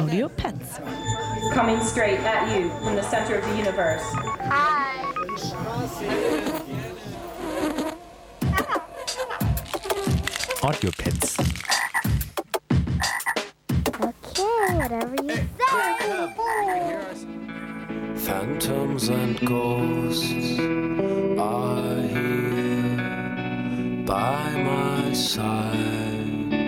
Audio Pets. Coming straight at you from the center of the universe. Hi. Audio Pets. Okay, whatever you say. Phantoms and ghosts are here by my side.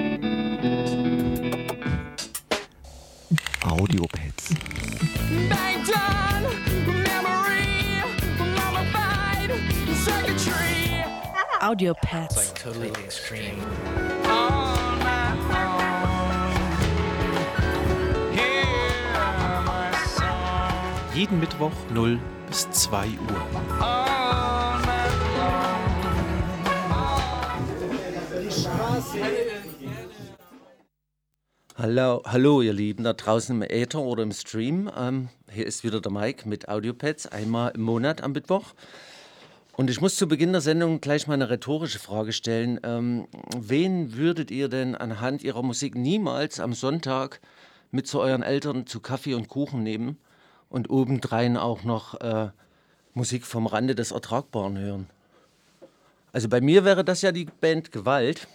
Audio Pets. Banged on memory, mummified circuitry. Audio Pets. Totally extreme. All night long. Hear my song. Jeden Mittwoch 0 bis 2 Uhr. All night Hallo ihr Lieben da draußen im Äther oder im Stream. Hier ist wieder der Mike mit Audiopets, einmal im Monat am Mittwoch. Und ich muss zu Beginn der Sendung gleich mal eine rhetorische Frage stellen. Wen würdet ihr denn anhand ihrer Musik niemals am Sonntag mit zu euren Eltern zu Kaffee und Kuchen nehmen und obendrein auch noch Musik vom Rande des Ertragbaren hören? Also bei mir wäre das ja die Band Gewalt.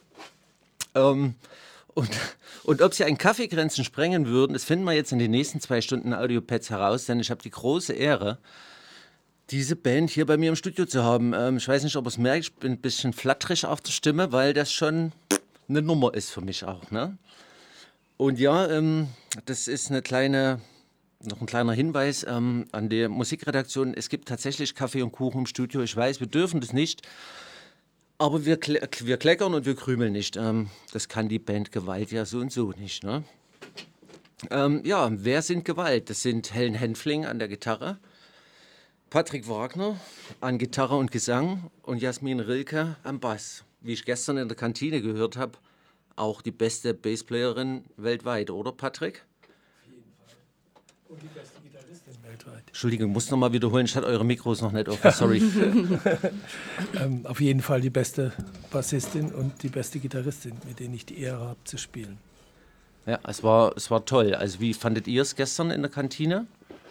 Und ob sie ein Kaffeegrenzen sprengen würden, das finden wir jetzt in den nächsten 2 Stunden Audiopets heraus, denn ich habe die große Ehre, diese Band hier bei mir im Studio zu haben. Ich weiß nicht, ob ihr es merkt, ich bin ein bisschen flatterig auf der Stimme, weil das schon eine Nummer ist für mich auch. Ne? Und ja, das ist noch ein kleiner Hinweis an die Musikredaktion. Es gibt tatsächlich Kaffee und Kuchen im Studio. Ich weiß, wir dürfen das nicht. Aber wir kleckern und wir krümeln nicht. Das kann die Band Gewalt ja so und so nicht. Ne? Ja, wer sind Gewalt? Das sind Helen Hänfling an der Gitarre, Patrick Wagner an Gitarre und Gesang und Jasmin Rilke am Bass. Wie ich gestern in der Kantine gehört habe, auch die beste Bassplayerin weltweit, oder Patrick? Auf jeden Fall. Und die beste Gitarristin weltweit. Entschuldigung, muss noch mal wiederholen, ich hatte eure Mikros noch nicht offen, sorry. Auf jeden Fall die beste Bassistin und die beste Gitarristin, mit denen ich die Ehre habe zu spielen. Ja, es war toll. Also wie fandet ihr es gestern in der Kantine?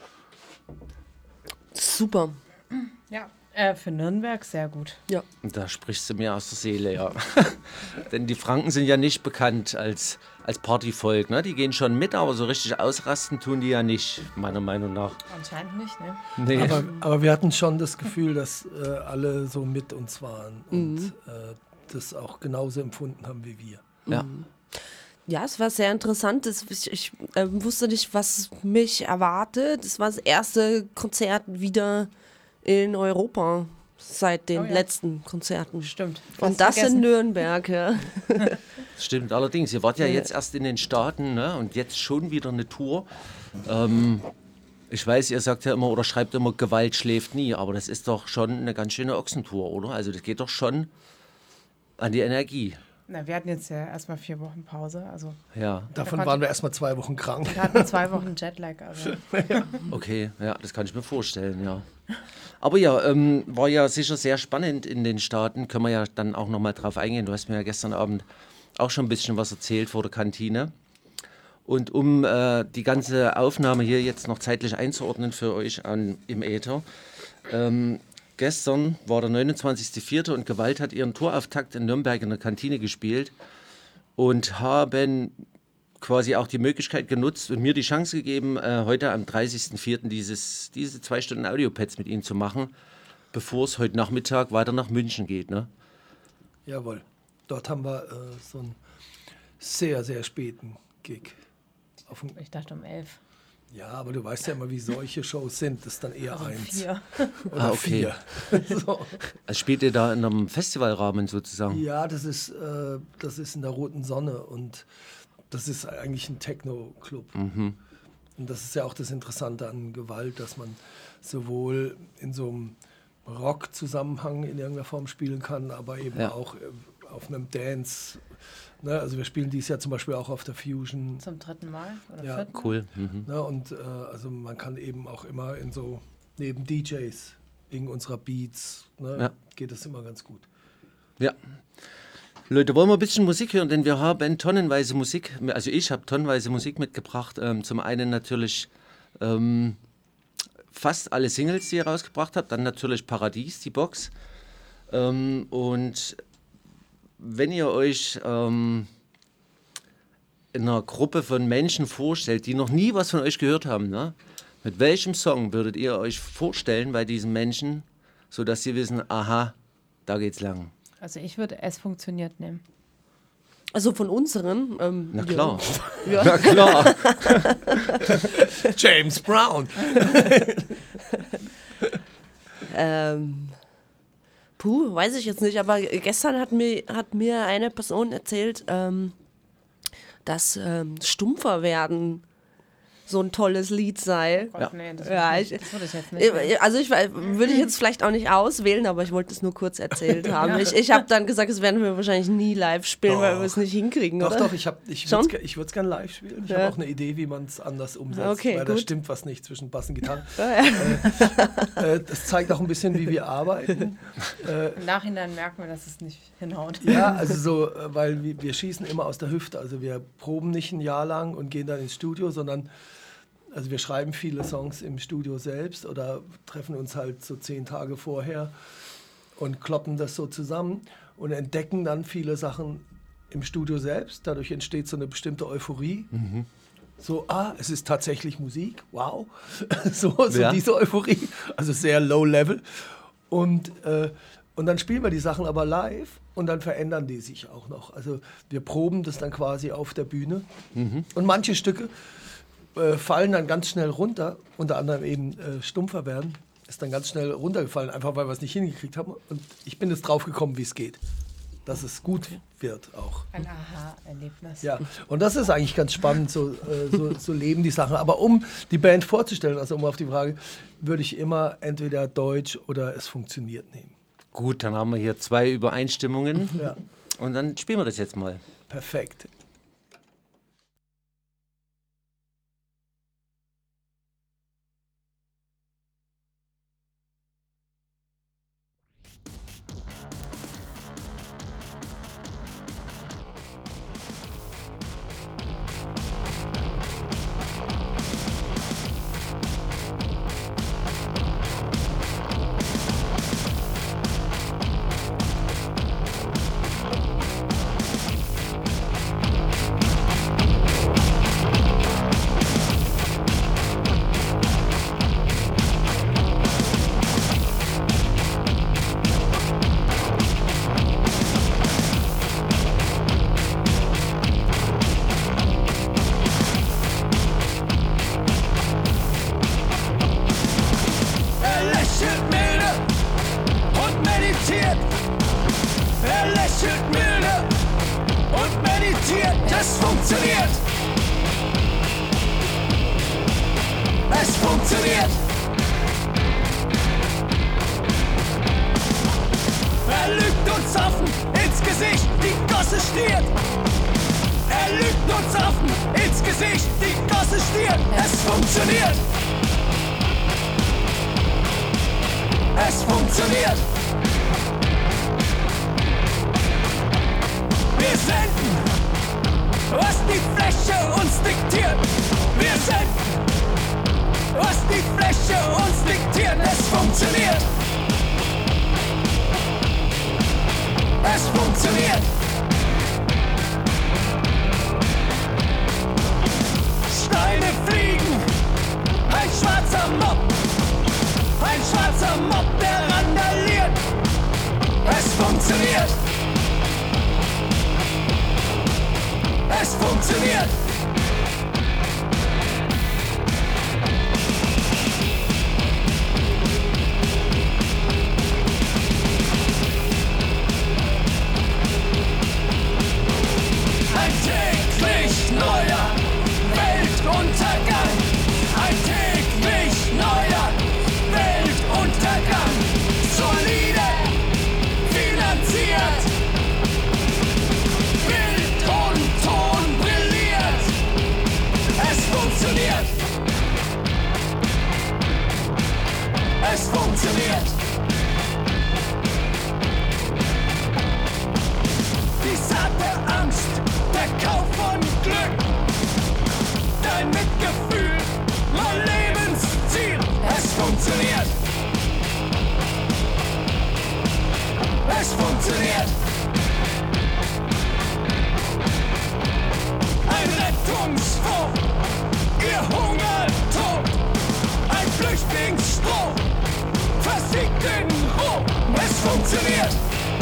Super. Ja, für Nürnberg sehr gut. Ja. Da sprichst du mir aus der Seele, ja. Denn die Franken sind ja nicht bekannt als Partyvolk. Ne? Die gehen schon mit, aber so richtig ausrasten tun die ja nicht, meiner Meinung nach. Anscheinend nicht, ne? Nee. Aber wir hatten schon das Gefühl, dass alle so mit uns waren und das auch genauso empfunden haben wie wir. Ja. Ja, es war sehr interessant. Ich wusste nicht, was mich erwartet. Es war das erste Konzert wieder in Europa seit den letzten Konzerten. Stimmt. Und das in Nürnberg, ja. Stimmt, allerdings. Ihr wart ja jetzt erst in den Staaten, ne? Und jetzt schon wieder eine Tour. Ich weiß, ihr sagt ja immer oder schreibt immer, Gewalt schläft nie, aber das ist doch schon eine ganz schöne Ochsentour, oder? Also das geht doch schon an die Energie. Na, wir hatten jetzt ja erstmal 4 Wochen Pause, also Ja. Davon waren wir erstmal 2 Wochen krank. wir hatten 2 Wochen Jetlag, also Okay, ja, das kann ich mir vorstellen, ja. Aber ja, war ja sicher sehr spannend in den Staaten. Können wir ja dann auch nochmal drauf eingehen. Du hast mir ja gestern Abend auch schon ein bisschen was erzählt vor der Kantine. Und um die ganze Aufnahme hier jetzt noch zeitlich einzuordnen für euch im Äther. Gestern war der 29.04. und Gewalt hat ihren Tourauftakt in Nürnberg in der Kantine gespielt und haben quasi auch die Möglichkeit genutzt und mir die Chance gegeben, heute am 30.04. diese 2 Stunden Audiopets mit ihnen zu machen, bevor es heute Nachmittag weiter nach München geht. Ne? Jawohl. Dort haben wir so einen sehr, sehr späten Gig. ich dachte um 11. Ja, aber du weißt ja immer, wie solche Shows sind. Das ist dann eher 1 4. oder okay. 4. So. Also spielt ihr da in einem Festivalrahmen sozusagen? Ja, das ist in der Roten Sonne und das ist eigentlich ein Techno-Club. Und das ist ja auch das Interessante an Gewalt, dass man sowohl in so einem Rock-Zusammenhang in irgendeiner Form spielen kann, aber eben auch auf einem Dance. Ne? Also wir spielen dieses Jahr zum Beispiel auch auf der Fusion. Zum 3. Mal oder 4. Cool. Ne? Und also man kann eben auch immer in so, neben DJs, wegen unserer Beats, ne, geht das immer ganz gut. Ja. Leute, wollen wir ein bisschen Musik hören, denn wir haben tonnenweise Musik, also ich habe tonnenweise Musik mitgebracht. Zum einen natürlich fast alle Singles, die ihr rausgebracht habt, dann natürlich Paradies, die Box. Und wenn ihr euch in einer Gruppe von Menschen vorstellt, die noch nie was von euch gehört haben, ne? Mit welchem Song würdet ihr euch vorstellen bei diesen Menschen, sodass sie wissen, aha, da geht's lang? Also ich würde Es funktioniert nehmen. Also von unseren. Na klar. Ja. Na klar. James Brown. Weiß ich jetzt nicht, aber gestern hat mir eine Person erzählt, dass Stumpfer werden so ein tolles Lied sei. Gott, nee, das Ja, würde ich jetzt nicht. also würde ich jetzt vielleicht auch nicht auswählen, aber ich wollte es nur kurz erzählt haben. Ich habe dann gesagt, es werden wir wahrscheinlich nie live spielen, weil wir es nicht hinkriegen, Doch, oder? doch, ich würde es gerne live spielen. Ich habe auch eine Idee, wie man es anders umsetzt, Okay, weil gut. da stimmt was nicht zwischen Bass und Gitarre. Das zeigt auch ein bisschen, wie wir arbeiten. Im Nachhinein merken wir, dass es nicht hinhaut. Ja, also so, weil wir schießen immer aus der Hüfte. Also wir proben nicht ein Jahr lang und gehen dann ins Studio, sondern also wir schreiben viele Songs im Studio selbst oder treffen uns halt so 10 Tage vorher und kloppen das so zusammen und entdecken dann viele Sachen im Studio selbst. Dadurch entsteht so eine bestimmte Euphorie. So, es ist tatsächlich Musik, wow. so Ja. diese Euphorie, also sehr low level. Und dann spielen wir die Sachen aber live und dann verändern die sich auch noch. Also wir proben das dann quasi auf der Bühne. Und manche Stücke fallen dann ganz schnell runter, unter anderem eben Stumpfer werden, ist dann ganz schnell runtergefallen, einfach weil wir es nicht hingekriegt haben. Und ich bin jetzt drauf gekommen, wie es geht, dass es gut wird auch. Ein Aha-Erlebnis. Ja, und das ist eigentlich ganz spannend, so leben die Sachen. Aber um die Band vorzustellen, also um auf die Frage, würde ich immer entweder Deutsch oder Es funktioniert nehmen. Gut, dann haben wir hier 2 Übereinstimmungen. Ja, Und dann spielen wir das jetzt mal. perfekt. Er lächelt milde und meditiert. Er lächelt milde und meditiert. Es funktioniert. Es funktioniert. Er lügt uns offen ins Gesicht, die Gosse stiert. Er lügt uns offen ins Gesicht, die Gosse stiert. Es funktioniert. Es funktioniert. Wir senden, was die Fläche uns diktiert. Wir senden, was die Fläche uns diktiert. Es funktioniert. Es funktioniert. Steine fliegen, ein schwarzer Mob. Ein schwarzer Mob, der randaliert. Es funktioniert. Es funktioniert. Ein täglich neuer Weltuntergang. Ein täglich neuer Weltuntergang. Solide, finanziert. Bild und Ton brilliert. Angst, der Kauf von Glück, dein Mitgefühl, mein Lebensziel. Es funktioniert. Es funktioniert. Ein Rettungsfonds, ihr Hungertod, ein Flüchtlingsstrom, versiegt in Rom. Es funktioniert.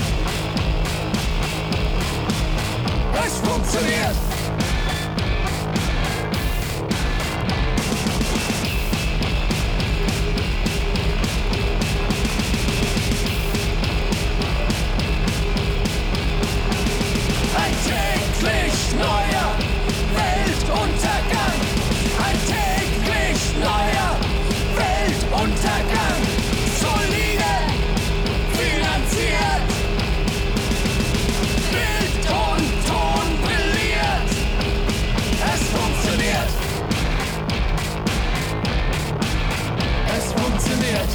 Es funktioniert. Ein täglich neuer Weltuntergang. Ein täglich neuer Weltuntergang. Solide finanziert. Bild und Ton brilliert. Es funktioniert. Es funktioniert.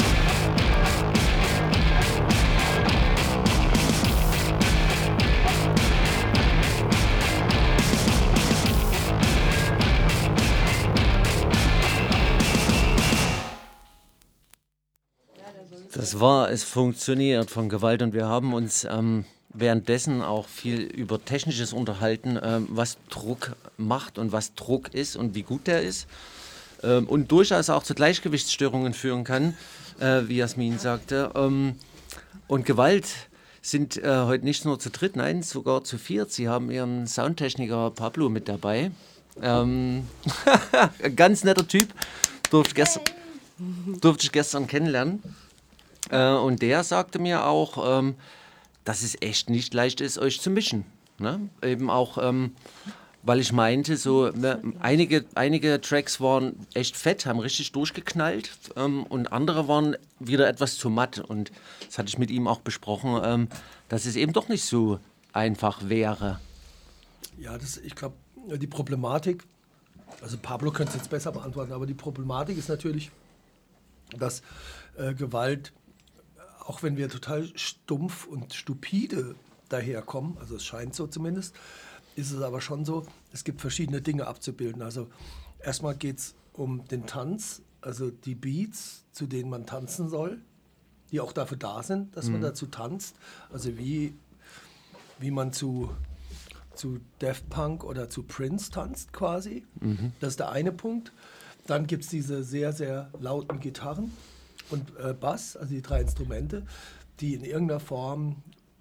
Das war Es funktioniert von Gewalt und wir haben uns währenddessen auch viel über Technisches unterhalten, was Druck macht und was Druck ist und wie gut der ist und durchaus auch zu Gleichgewichtsstörungen führen kann, wie Jasmin sagte. Und Gewalt sind heute nicht nur zu dritt, nein, sogar zu viert. Sie haben ihren Soundtechniker Pablo mit dabei. Ein ganz netter Typ, durfte ich gestern kennenlernen. Und der sagte mir auch, dass es echt nicht leicht ist, euch zu mischen. Ne? Eben auch, weil ich meinte, so einige Tracks waren echt fett, haben richtig durchgeknallt und andere waren wieder etwas zu matt. Und das hatte ich mit ihm auch besprochen, dass es eben doch nicht so einfach wäre. Ja, ich glaube, die Problematik, also Pablo könnte es jetzt besser beantworten, aber die Problematik ist natürlich, dass Gewalt, auch wenn wir total stumpf und stupide daherkommen, also es scheint so zumindest, ist es aber schon so, es gibt verschiedene Dinge abzubilden. Also erstmal geht es um den Tanz, also die Beats, zu denen man tanzen soll, die auch dafür da sind, dass man dazu tanzt. Also wie man zu Daft Punk oder zu Prince tanzt quasi. Das ist der eine Punkt. Dann gibt es diese sehr, sehr lauten Gitarren und Bass, also die 3 Instrumente, die in irgendeiner Form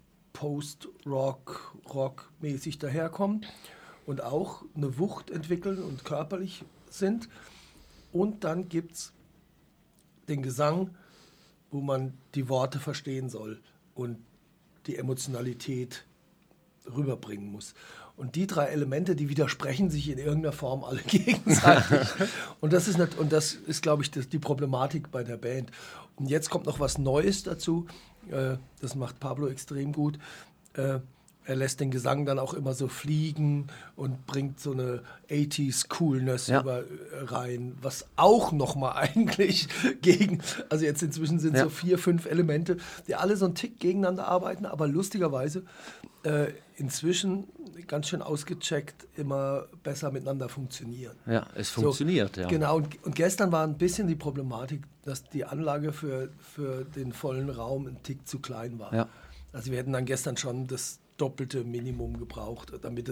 Post-Rock, Rock-mäßig daherkommen und auch eine Wucht entwickeln und körperlich sind. Und dann gibt es den Gesang, wo man die Worte verstehen soll und die Emotionalität rüberbringen muss. Und die 3 Elemente, die widersprechen sich in irgendeiner Form alle gegenseitig. Und das ist, glaube ich, die Problematik bei der Band. Und jetzt kommt noch was Neues dazu. Das macht Pablo extrem gut. Er lässt den Gesang dann auch immer so fliegen und bringt so eine 80s-Coolness rein, was auch nochmal eigentlich also jetzt inzwischen sind so 4, 5 Elemente, die alle so einen Tick gegeneinander arbeiten, aber lustigerweise inzwischen ganz schön ausgecheckt immer besser miteinander funktionieren. Ja, es funktioniert, so, Genau, und gestern war ein bisschen die Problematik, dass die Anlage für den vollen Raum ein Tick zu klein war. Ja. Also wir hätten dann gestern schon das doppelte Minimum gebraucht, damit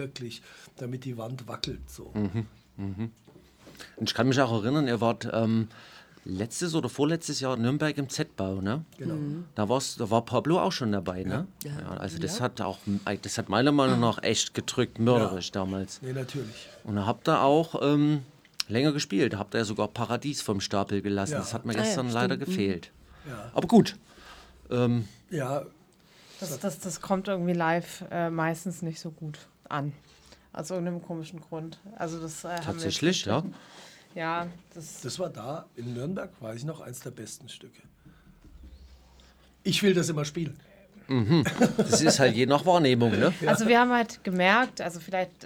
die Wand wackelt. So. Und ich kann mich auch erinnern, ihr wart letztes oder vorletztes Jahr in Nürnberg im Z-Bau, ne? Genau. Da war Pablo auch schon dabei, ne? Ja, also das hat meiner Meinung nach echt gedrückt, mörderisch damals. Nee, natürlich. Und da habt ihr auch länger gespielt, da habt ihr sogar Paradies vom Stapel gelassen. Das hat mir gestern leider gefehlt. Ja. Aber gut. Ja. Das kommt irgendwie live meistens nicht so gut an. Aus irgendeinem komischen Grund. Also das tatsächlich, haben wir jetzt ja. Das war da in Nürnberg, weiß ich noch, eins der besten Stücke. Ich will das immer spielen. Das ist halt je nach Wahrnehmung, ne? Also wir haben halt gemerkt, also vielleicht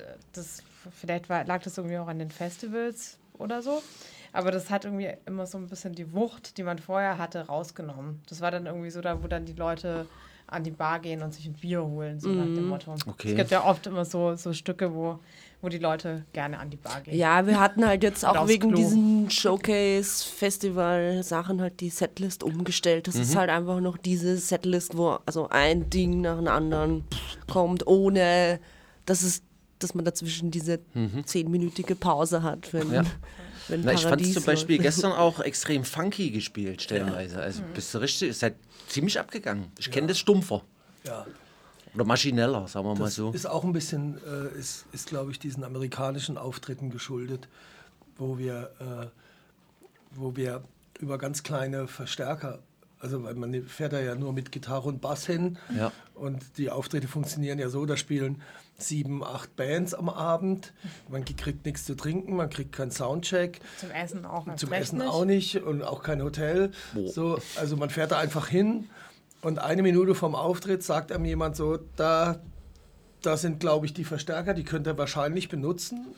lag das irgendwie auch an den Festivals oder so, aber das hat irgendwie immer so ein bisschen die Wucht, die man vorher hatte, rausgenommen. Das war dann irgendwie so da, wo dann die Leute an die Bar gehen und sich ein Bier holen, so nach dem Motto. Okay. Es gibt ja oft immer so Stücke, wo die Leute gerne an die Bar gehen. Ja, wir hatten halt jetzt Oder auch aufs wegen Klo. diesen Showcase-Festival-Sachen halt die Setlist umgestellt. Das ist halt einfach noch diese Setlist, wo also ein Ding nach dem anderen kommt, ohne dass man dazwischen diese 10-minütige Pause hat, wenn, Ja. wenn Na, ich fand es Paradies zum Beispiel läuft. gestern auch extrem funky gespielt, stellenweise. Also bist du richtig, ist halt ziemlich abgegangen. Ich kenne das stumpfer. Ja. Oder maschineller, sagen wir mal Das so. ist auch ein bisschen, ist glaube ich, diesen amerikanischen Auftritten geschuldet, wo wir über ganz kleine Verstärker, also weil man fährt da ja nur mit Gitarre und Bass hin Ja. und die Auftritte funktionieren ja so, da spielen 7, 8 Bands am Abend, man kriegt nichts zu trinken, man kriegt keinen Soundcheck. Zum Essen auch. Zum erst Essen recht auch nicht und auch kein Hotel. So, also man fährt da einfach hin und 1 Minute vorm Auftritt sagt einem jemand so, da sind, glaube ich, die Verstärker, die könnt ihr wahrscheinlich benutzen.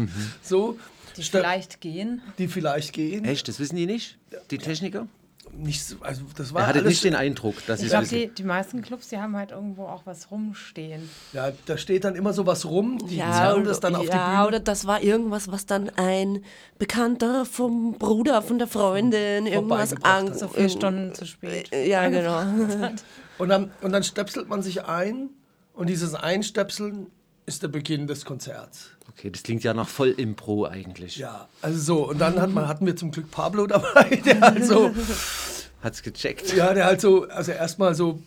So, Die vielleicht gehen. die vielleicht gehen. Echt, das wissen die nicht? Die Techniker? Nicht, so- also das war Er hatte alles, nicht den Eindruck, dass sie Ich es glaube, wissen. die meisten Clubs, die haben halt irgendwo auch was rumstehen. ja, da steht dann immer sowas rum, die Ja, zerren das dann auf die Bühne. oder das war irgendwas, was dann ein Bekannter vom Bruder, von der Freundin, irgendwas Vorbeigebracht hat. So 4 Stunden zu spät. Ja, genau. Und dann stöpselt man sich ein und dieses Einstöpseln ist der Beginn des Konzerts. Okay, das klingt ja nach Voll-Impro eigentlich. Ja, also so. Und dann hatten wir zum Glück Pablo dabei, der halt so, Hat's gecheckt. ja, der halt so, also erstmal so,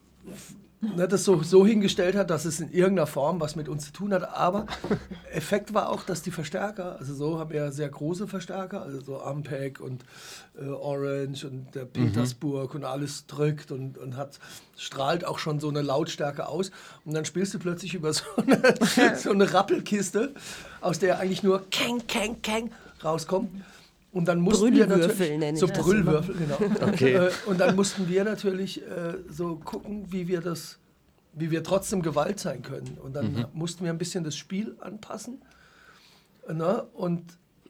ne, das so hingestellt hat, dass es in irgendeiner Form was mit uns zu tun hat. Aber Effekt war auch, dass die Verstärker, also so haben wir ja sehr große Verstärker, also so Ampeg und Orange und der Petersburg und alles drückt und strahlt auch schon so eine Lautstärke aus. Und dann spielst du plötzlich über so eine Rappelkiste, aus der eigentlich nur Keng, Keng, Keng rauskommt. Und dann mussten wir Brüllwürfel natürlich, nenne ich so das Brüllwürfel, genau. Okay. Und dann mussten wir natürlich so gucken, wie wir trotzdem Gewalt sein können. Und dann mussten wir ein bisschen das Spiel anpassen. Ne? Und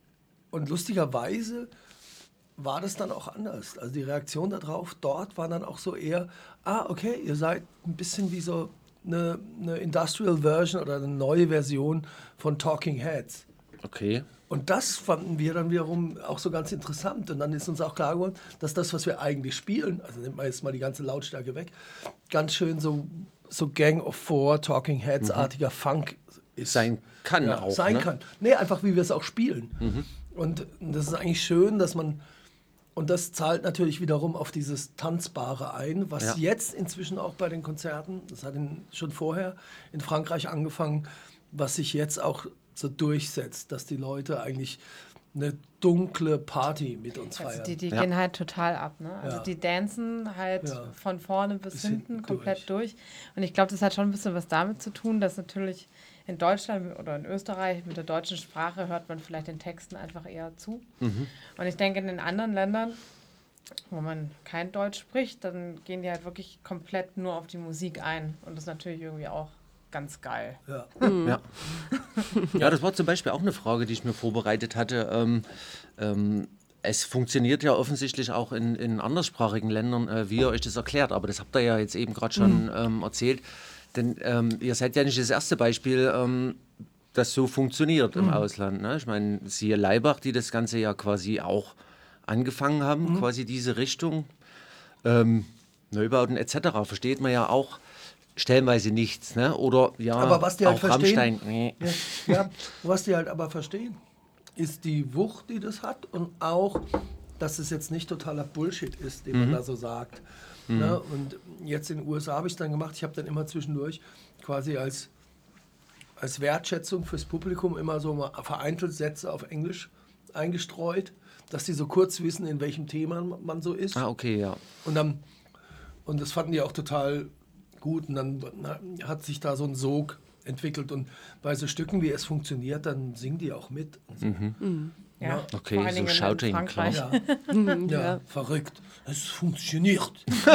lustigerweise war das dann auch anders. Also die Reaktion darauf dort war dann auch so eher, okay, ihr seid ein bisschen wie so eine Industrial Version oder eine neue Version von Talking Heads. Okay. Und das fanden wir dann wiederum auch so ganz interessant. Und dann ist uns auch klar geworden, dass das, was wir eigentlich spielen, also nimmt man jetzt mal die ganze Lautstärke weg, ganz schön so Gang of Four, Talking Heads-artiger Funk ist. Sein kann Ja, auch, sein ne? kann. Nee, einfach wie wir es auch spielen. Und das ist eigentlich schön, dass man, und das zahlt natürlich wiederum auf dieses Tanzbare ein, was Ja. jetzt inzwischen auch bei den Konzerten, das hat schon vorher in Frankreich angefangen, was sich jetzt auch so durchsetzt, dass die Leute eigentlich eine dunkle Party mit uns feiern. Also die Ja. gehen halt total ab, ne? Also Ja. die dancen halt Ja. von vorne bis hinten hinten komplett durch. Und ich glaube, das hat schon ein bisschen was damit zu tun, dass natürlich in Deutschland oder in Österreich mit der deutschen Sprache hört man vielleicht den Texten einfach eher zu. Und ich denke, in den anderen Ländern, wo man kein Deutsch spricht, dann gehen die halt wirklich komplett nur auf die Musik ein. Und das ist natürlich irgendwie auch ganz geil. Ja. Ja. Ja, das war zum Beispiel auch eine Frage, die ich mir vorbereitet hatte. Es funktioniert ja offensichtlich auch in anderssprachigen Ländern, wie ihr euch das erklärt. Aber das habt ihr ja jetzt eben gerade schon erzählt. Denn ihr seid ja nicht das erste Beispiel, das so funktioniert im Ausland. Ne? Ich meine, siehe Laibach, die das Ganze ja quasi auch angefangen haben, quasi diese Richtung. Neubauten etc. versteht man ja auch stellenweise nichts. Ne? Oder ja, Aber was die halt auch verstehen- Rammstein. Nee. Ja, was die halt aber verstehen, ist die Wucht, die das hat und auch, dass es jetzt nicht totaler Bullshit ist, den man da so sagt. Ne? Und jetzt in den USA habe ich es dann gemacht, ich habe dann immer zwischendurch quasi als Wertschätzung fürs Publikum immer so mal vereinzelt Sätze auf Englisch eingestreut, dass die so kurz wissen, in welchem Thema man so ist. Ah, okay, ja. Und das fanden die auch total gut. Und dann hat sich da so ein Sog entwickelt. Und bei so Stücken, wie es funktioniert, dann singen die auch mit. Und so. Ja, Okay, vor allen so Dingen in Shouting, Frankreich. Ja, verrückt. Es funktioniert.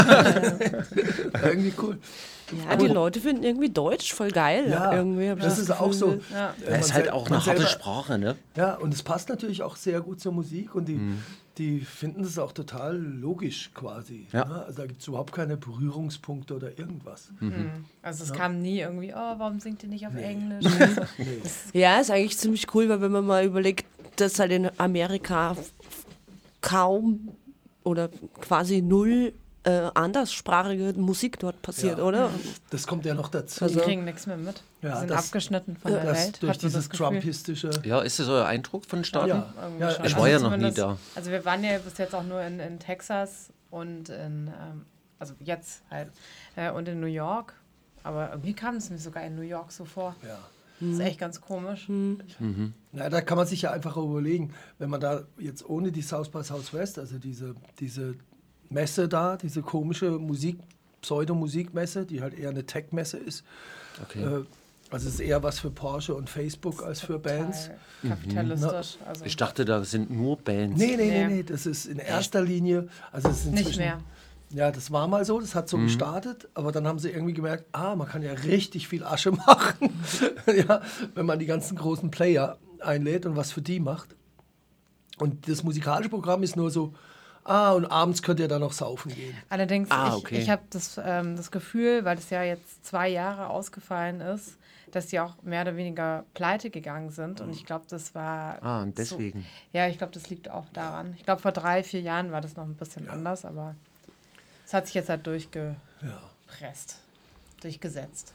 Irgendwie cool. Ja, die Leute finden irgendwie Deutsch voll geil. Ja, irgendwie hab ich das ist auch so. Gefühl. Ja. Das ist halt auch eine harte Sprache, ne? Ja, und es passt natürlich auch sehr gut zur Musik. Und die finden es auch total logisch quasi. Ja. Ne? Also da gibt es überhaupt keine Berührungspunkte oder irgendwas. Also es kam nie irgendwie, warum singt ihr nicht auf Englisch? Ja, ist eigentlich ziemlich cool, weil wenn man mal überlegt, dass halt in Amerika kaum oder quasi null anderssprachige Musik dort passiert, oder? Das kommt ja noch dazu. Die kriegen nichts mehr mit. Ja, Die sind das- abgeschnitten von der Das Welt. durch Hat so dieses das Gefühl. trumpistische... Ja, ist das euer Eindruck von den Staaten? Ja, Irgendwie ja, schon. Ich war ja noch nie zumindest- da. Also wir waren ja bis jetzt auch nur in Texas und also jetzt halt, und in New York. Aber irgendwie kam es mir sogar in New York so vor. Ja. Das ist echt ganz komisch. Na, da kann man sich ja einfach überlegen, wenn man da jetzt ohne die South by Southwest, also diese Messe da, diese komische Pseudo-Musikmesse, die halt eher eine Tech-Messe ist. Okay. Also es ist eher was für Porsche und Facebook als für Bands. Kapitalistisch. Also Ich dachte, da sind nur Bands. Nee, das ist in erster Linie, also es ist nicht inzwischen, mehr. ja, das war mal so, das hat so gestartet, aber dann haben sie irgendwie gemerkt, man kann ja richtig viel Asche machen, ja, wenn man die ganzen großen Player einlädt und was für die macht. Und das musikalische Programm ist nur so, und abends könnt ihr dann noch saufen gehen. Allerdings, okay. ich habe das Gefühl, weil es ja jetzt 2 Jahre ausgefallen ist, dass die auch mehr oder weniger pleite gegangen sind. Und ich glaube, das war... Und deswegen. So, ja, ich glaube, das liegt auch daran. Ich glaube, vor 3-4 Jahren war das noch ein bisschen anders, aber es hat sich jetzt halt durchgepresst, durchgesetzt.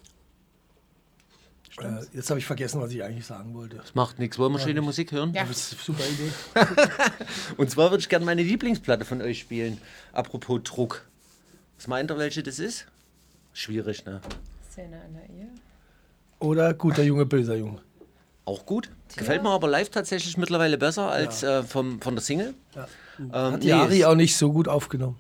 Jetzt habe ich vergessen, was ich eigentlich sagen wollte. Das macht nichts. Wollen wir schöne Musik hören? Ja. Das ist eine super Idee. Und zwar würde ich gerne meine Lieblingsplatte von euch spielen. Apropos Druck. Was meint ihr, welche das ist? Schwierig, ne? Szene in der Ehe. Oder guter Junge, böser Junge. Auch gut. Gefällt mir aber live tatsächlich mittlerweile besser als von der Single. Hat die Ari auch nicht so gut aufgenommen.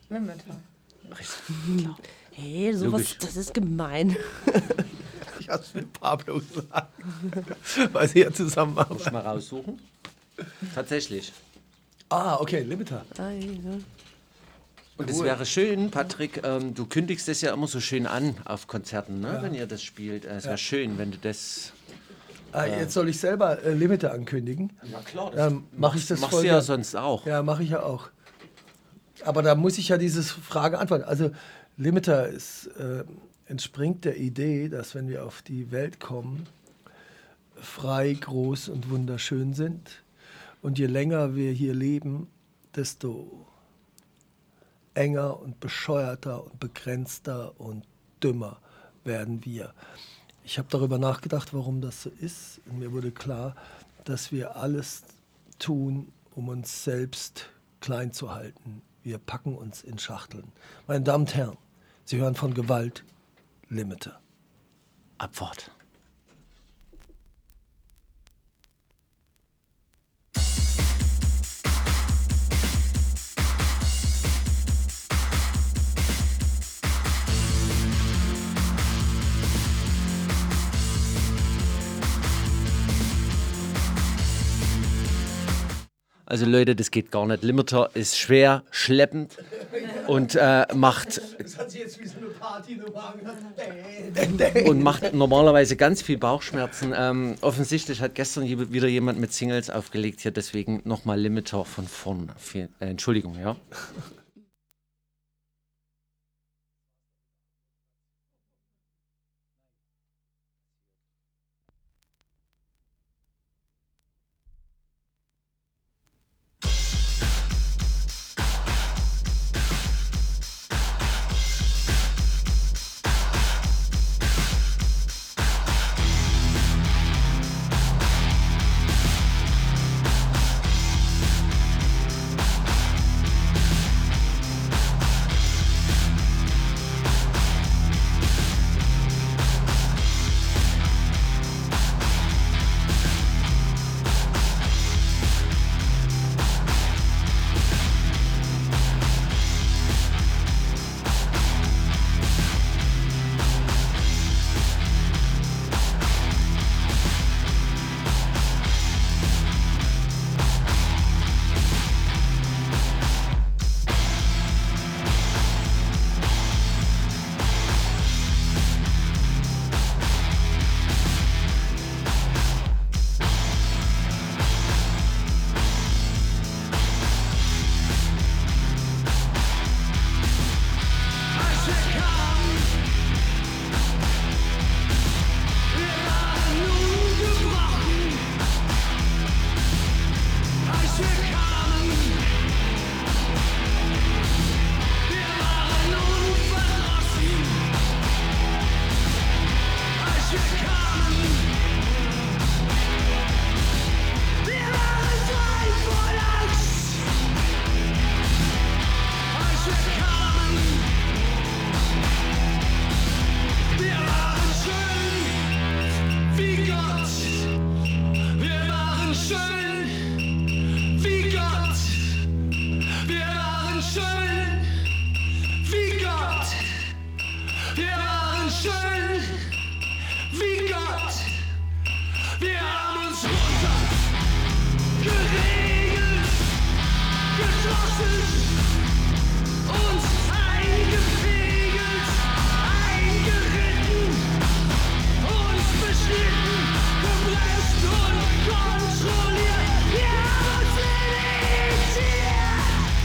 Hey, sowas, Logisch. das ist gemein. Ich habe es mit Pablo gesagt, weil sie ja zusammenarbeiten. Muss ich mal raussuchen. Tatsächlich. Okay, Limiter. Und es wäre schön, Patrick, du kündigst das ja immer so schön an auf Konzerten, ne? Wenn ihr das spielt. Es wäre schön, wenn du das... Jetzt soll ich selber Limiter ankündigen. Na klar, Mache ich das machst voll du ja gern. sonst auch. Ja, mache ich ja auch. Aber da muss ich ja diese Frage antworten. Also Limiter entspringt der Idee, dass wenn wir auf die Welt kommen, frei, groß und wunderschön sind. Und je länger wir hier leben, desto enger und bescheuerter und begrenzter und dümmer werden wir. Ich habe darüber nachgedacht, warum das so ist. Und mir wurde klar, dass wir alles tun, um uns selbst klein zu halten. Wir packen uns in Schachteln. Meine Damen und Herren, Sie hören von Gewalt Limiter. Abfahrt. Also Leute, das geht gar nicht. Limiter ist schwer, schleppend und macht Das hat sich jetzt wie so eine Partynummer angehört. und macht normalerweise ganz viel Bauchschmerzen. Offensichtlich hat gestern wieder jemand mit Singles aufgelegt hier, deswegen nochmal Limiter von vorn. Entschuldigung, ja. Wir haben uns runter geregelt, gedrosselt, uns eingefegelt, eingeritten, uns beschnitten, gebremst und kontrolliert. Wir haben uns limitiert.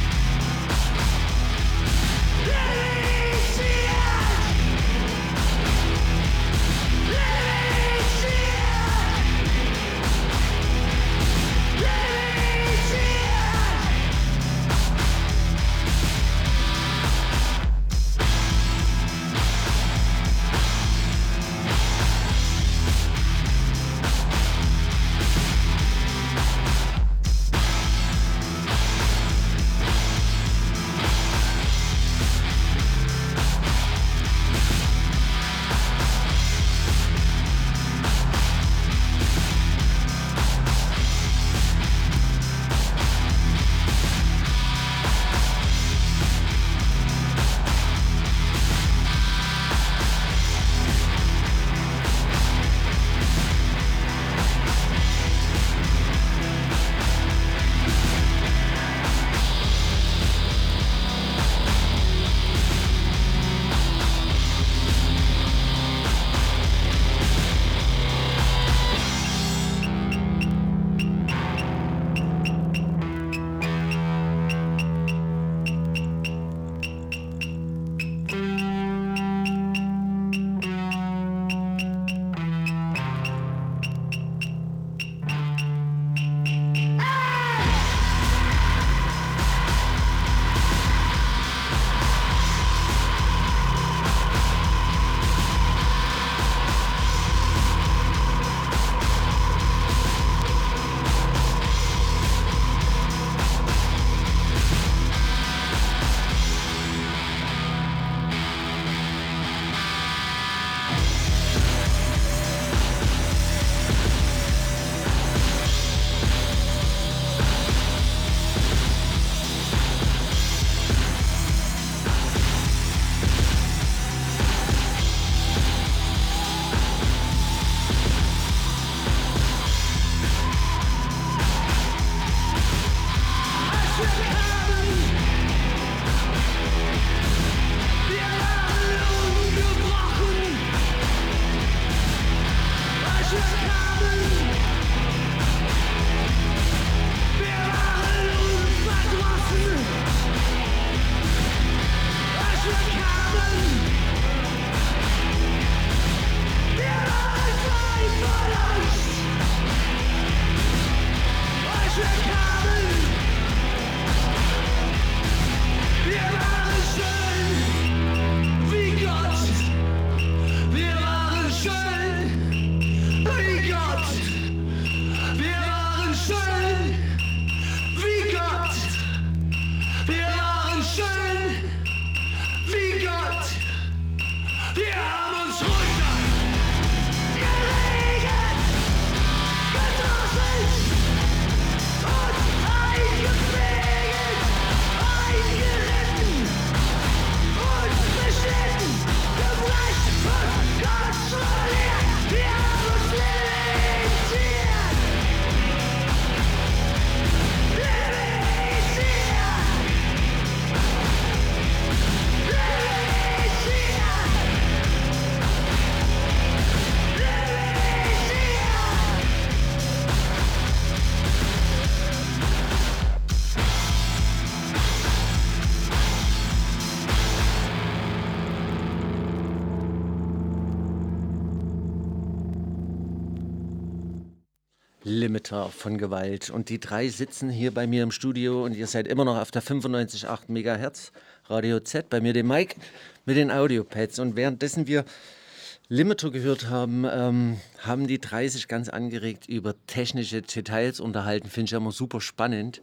Limiter von Gewalt. Und die drei sitzen hier bei mir im Studio und ihr seid immer noch auf der 95,8 Megahertz Radio Z. Bei mir den Mike mit den Audiopads. Und währenddessen wir Limiter gehört haben, haben die drei sich ganz angeregt über technische Details unterhalten. Finde ich ja immer super spannend.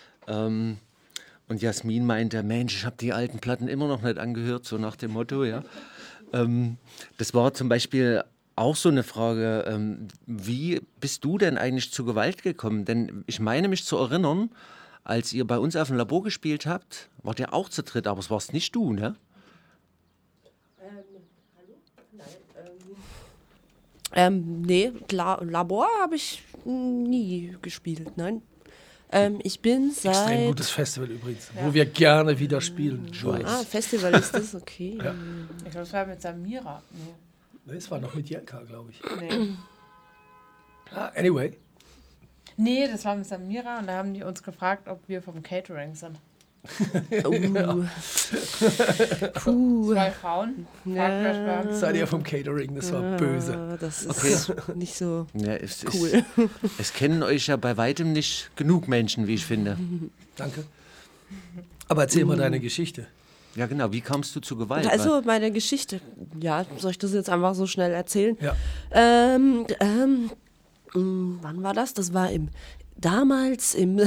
Und Jasmin meinte, Mensch, ich habe die alten Platten immer noch nicht angehört, so nach dem Motto, ja. Das war zum Beispiel auch so eine Frage, wie bist du denn eigentlich zu Gewalt gekommen? Denn ich meine mich zu erinnern, als ihr bei uns auf dem Labor gespielt habt, wart ihr auch zu dritt, aber es warst nicht du, ne? Hallo? Nein, Nee, Labor habe ich nie gespielt, nein. Ich bin Extrem seit... gutes Festival übrigens, wo wir gerne wieder spielen. Festival ist das, okay. Ja. Ich glaube, es war mit Samira. Nee, es war noch mit Jelka, glaube ich. Nee. Anyway. Nee, das war mit Samira und da haben die uns gefragt, ob wir vom Catering sind. Zwei Frauen. Seid ihr vom Catering? Das war böse. Das ist nicht so cool. Es kennen euch ja bei weitem nicht genug Menschen, wie ich finde. Danke. Aber erzähl mal deine Geschichte. Ja, genau. Wie kamst du zu Gewalt? Also meine Geschichte. Ja, soll ich das jetzt einfach so schnell erzählen? Ja. Wann war das? Das war damals im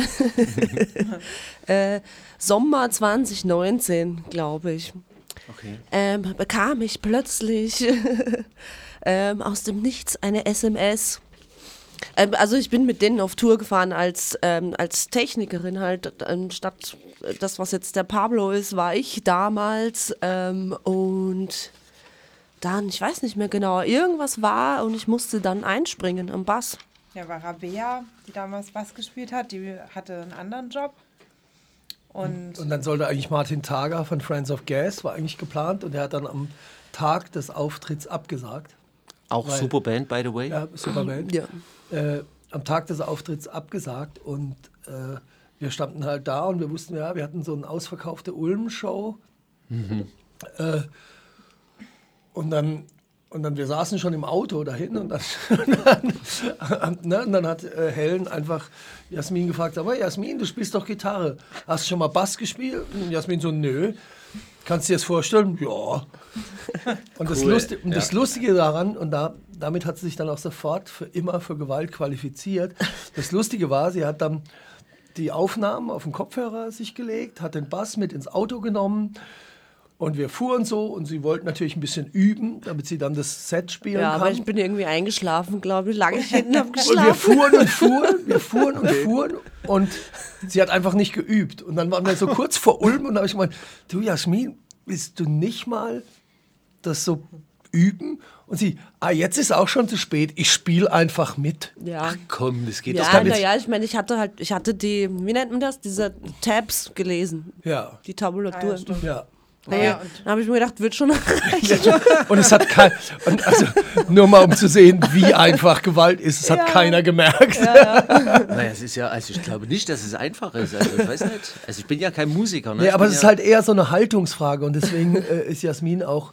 Sommer 2019, glaube ich. Okay. Bekam ich plötzlich aus dem Nichts eine SMS. Also ich bin mit denen auf Tour gefahren als Technikerin halt, statt das, was jetzt der Pablo ist, war ich damals und dann, ich weiß nicht mehr genau, irgendwas war und ich musste dann einspringen am Bass. Ja, war Rabea, die damals Bass gespielt hat, die hatte einen anderen Job. Und dann sollte eigentlich Martin Tager von Friends of Gas, war eigentlich geplant und er hat dann am Tag des Auftritts abgesagt. Auch super Band, by the way. Ja, super Band. Ja. Am Tag des Auftritts abgesagt und wir standen halt da und wir wussten, ja, wir hatten so eine ausverkaufte Ulm-Show. Und dann, wir saßen schon im Auto dahin und dann hat Helen einfach Jasmin gefragt, aber Jasmin, du spielst doch Gitarre. Hast du schon mal Bass gespielt? Und Jasmin so, nö. Kannst du dir das vorstellen? Ja. Und das Lustige daran, und damit hat sie sich dann auch sofort für immer für Gewalt qualifiziert. Das Lustige war, sie hat dann die Aufnahmen auf den Kopfhörer sich gelegt, hat den Bass mit ins Auto genommen und wir fuhren so und sie wollten natürlich ein bisschen üben, damit sie dann das Set spielen kann. Ja, aber ich bin irgendwie eingeschlafen, glaube ich. Lag ich hinten, hab geschlafen. Und wir fuhren und sie hat einfach nicht geübt. Und dann waren wir so kurz vor Ulm und da habe ich gemeint, du Jasmin, willst du nicht mal das so üben? Und sie, jetzt ist auch schon zu spät, ich spiele einfach mit. Ja. Ach komm, das geht Ja, doch damit. naja, ich meine, ich hatte die, wie nennt man das, diese Tabs gelesen. Ja. Die Tabulatur. Ja. naja, Dann habe ich mir gedacht, wird schon reichen. Und es hat also nur mal um zu sehen, wie einfach Gewalt ist, es hat keiner gemerkt. Naja, es ist ja, also ich glaube nicht, dass es einfach ist. Also ich weiß nicht. Also ich bin ja kein Musiker. Ne? Nee, aber es ist halt eher so eine Haltungsfrage und deswegen ist Jasmin auch,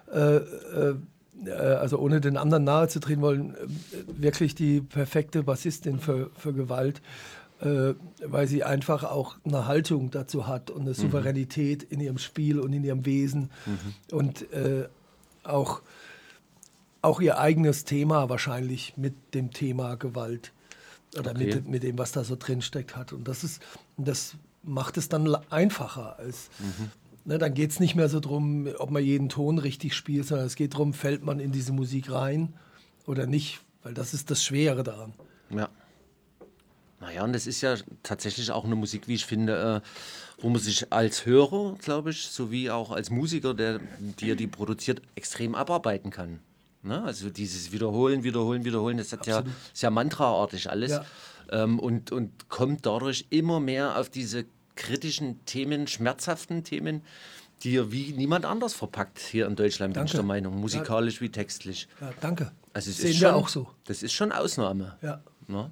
also ohne den anderen nahe zu treten wollen, wirklich die perfekte Bassistin für Gewalt, weil sie einfach auch eine Haltung dazu hat und eine Souveränität in ihrem Spiel und in ihrem Wesen und auch ihr eigenes Thema wahrscheinlich mit dem Thema Gewalt oder mit dem, was da so drin steckt hat. Und das macht es dann einfacher als... Ne, dann geht es nicht mehr so drum, ob man jeden Ton richtig spielt, sondern es geht darum, fällt man in diese Musik rein oder nicht, weil das ist das Schwere daran. Ja. Naja, und das ist ja tatsächlich auch eine Musik, wie ich finde, wo man sich als Hörer, glaube ich, sowie auch als Musiker, der die produziert, extrem abarbeiten kann. Ne? Also dieses Wiederholen, das ist ja mantraartig alles. Ja. Und kommt dadurch immer mehr auf diese kritischen Themen, schmerzhaften Themen, die er wie niemand anders verpackt hier in Deutschland, bin ich der Meinung, musikalisch wie textlich. Ja, danke. Also es sehen ist wir schon, auch so. Das ist schon Ausnahme. Ja. Ne?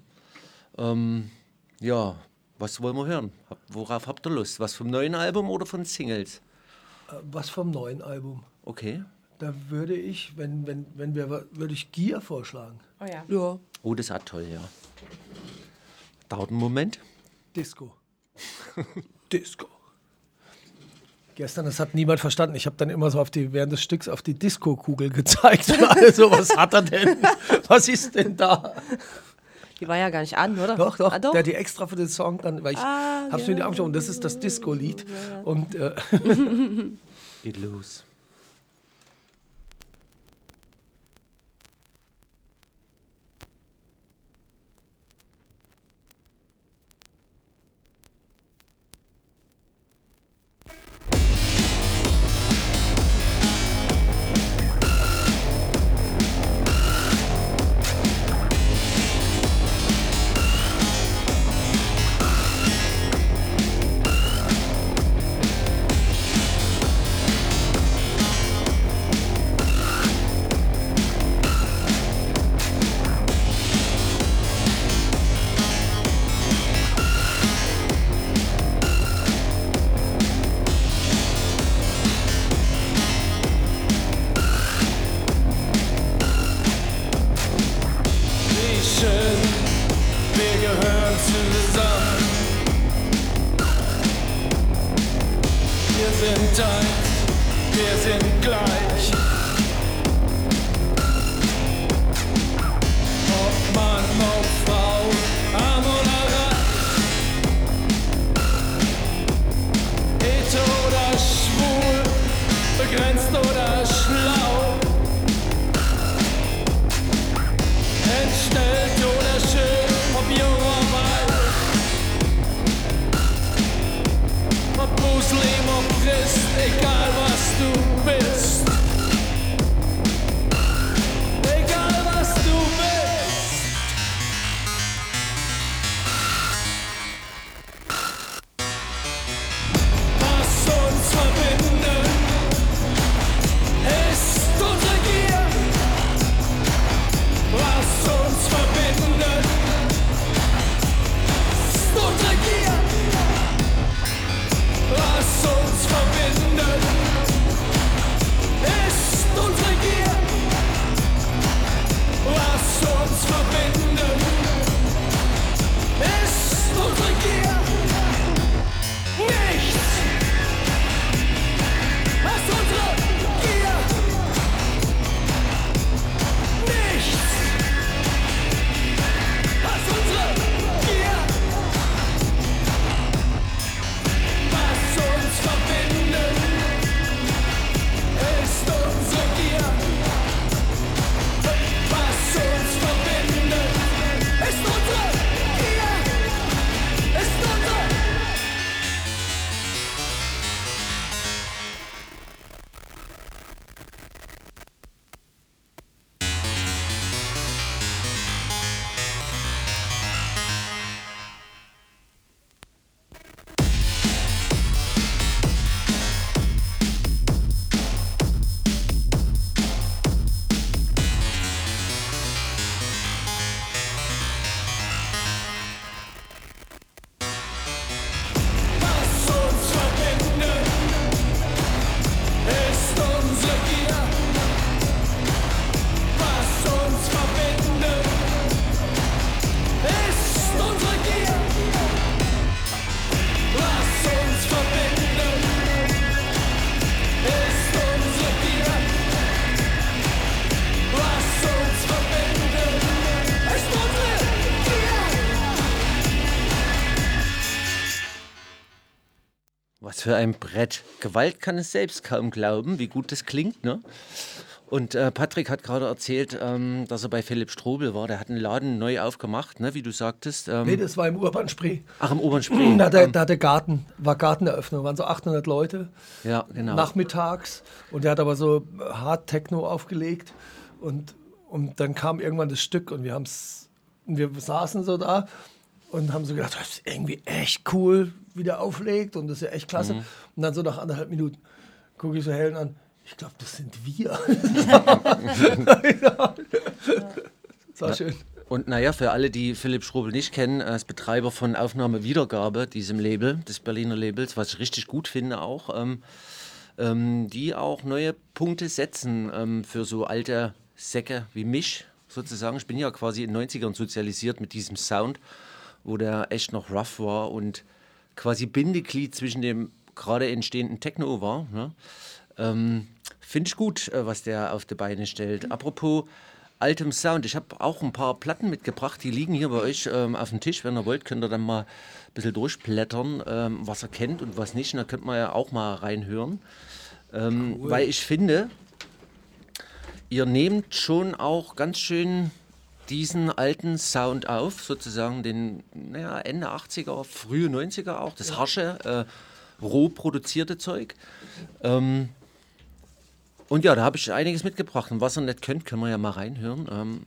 Ja, was wollen wir hören? Worauf habt ihr Lust? Was vom neuen Album oder von Singles? Was vom neuen Album. Okay. Da würde ich, würde ich Gier vorschlagen. oh ja. Ja. Oh, das ist auch toll, ja. Dauert einen Moment. Disco. Disco. Gestern, das hat niemand verstanden. Ich habe dann immer so während des Stücks auf die Disco-Kugel gezeigt. Also, was hat er denn? Was ist denn da? Die war ja gar nicht an, oder? Doch. Ah, doch. Der hat die extra für den Song dann, weil ich hab's mir die angeschaut und das ist das Disco-Lied. Ja. Und Geht los. geteilt, wir sind gleich. Ob Mann, ob Frau, arm oder reich, hetero oder schwul, begrenzt oder schlau, entstellt oder schön, ob jung oder alt, ob Muslim, ob Christ, egal was du bist. Egal was du bist. Was uns verbindet, ist unsere Gier. Was uns verbindet, ist unsere Gier. Was uns verbindet, ist unsere Gier. Was uns verbindet, ist unsere Gier. Nichts als unsere Gier. Nichts als unsere Gier. Was uns verbindet, ist unsere Gier. Was uns verbindet, ist unsere Gier. Ist unsere. Was uns verbindet, ist unsere Gier. Was uns verbindet, ist unsere Gier. Was uns verbindet, ist unsere Gier. Was uns verbindet, ist unsere Gier. Was für ein Brett. Gewalt kann es selbst kaum glauben, wie gut das klingt, ne? Und Patrick hat gerade erzählt, dass er bei Philipp Strobel war. Der hat einen Laden neu aufgemacht, ne, wie du sagtest. Nee, das war im Urban Spree. Ach, im Oberen Spree. Da hatte Garten, war Garteneröffnung, waren so 800 Leute Ja, genau. nachmittags. Und der hat aber so Hard Techno aufgelegt. Und dann kam irgendwann das Stück und wir saßen so da und haben so gedacht, das ist irgendwie echt cool, wie der auflegt und das ist ja echt klasse. Und dann so nach 1,5 Minuten gucke ich so Helen an, ich glaube, das sind wir. Das war schön. Und naja, für alle, die Philipp Strobel nicht kennen, als Betreiber von Aufnahme Wiedergabe, diesem Label, des Berliner Labels, was ich richtig gut finde auch, die auch neue Punkte setzen für so alte Säcke wie mich sozusagen. Ich bin ja quasi in den 90ern sozialisiert mit diesem Sound, wo der echt noch rough war und quasi Bindeglied zwischen dem gerade entstehenden Techno war. Ne? Finde ich gut, was der auf die Beine stellt. Apropos altem Sound, ich habe auch ein paar Platten mitgebracht, die liegen hier bei euch auf dem Tisch. Wenn ihr wollt, könnt ihr dann mal ein bisschen durchblättern, was ihr kennt und was nicht. Und da könnt man ja auch mal reinhören. Cool. Weil ich finde, ihr nehmt schon auch ganz schön diesen alten Sound auf, sozusagen den Ende 80er, frühe 90er auch, das harsche, roh produzierte Zeug. Und ja, da habe ich einiges mitgebracht. Und was ihr nicht könnt, können wir ja mal reinhören.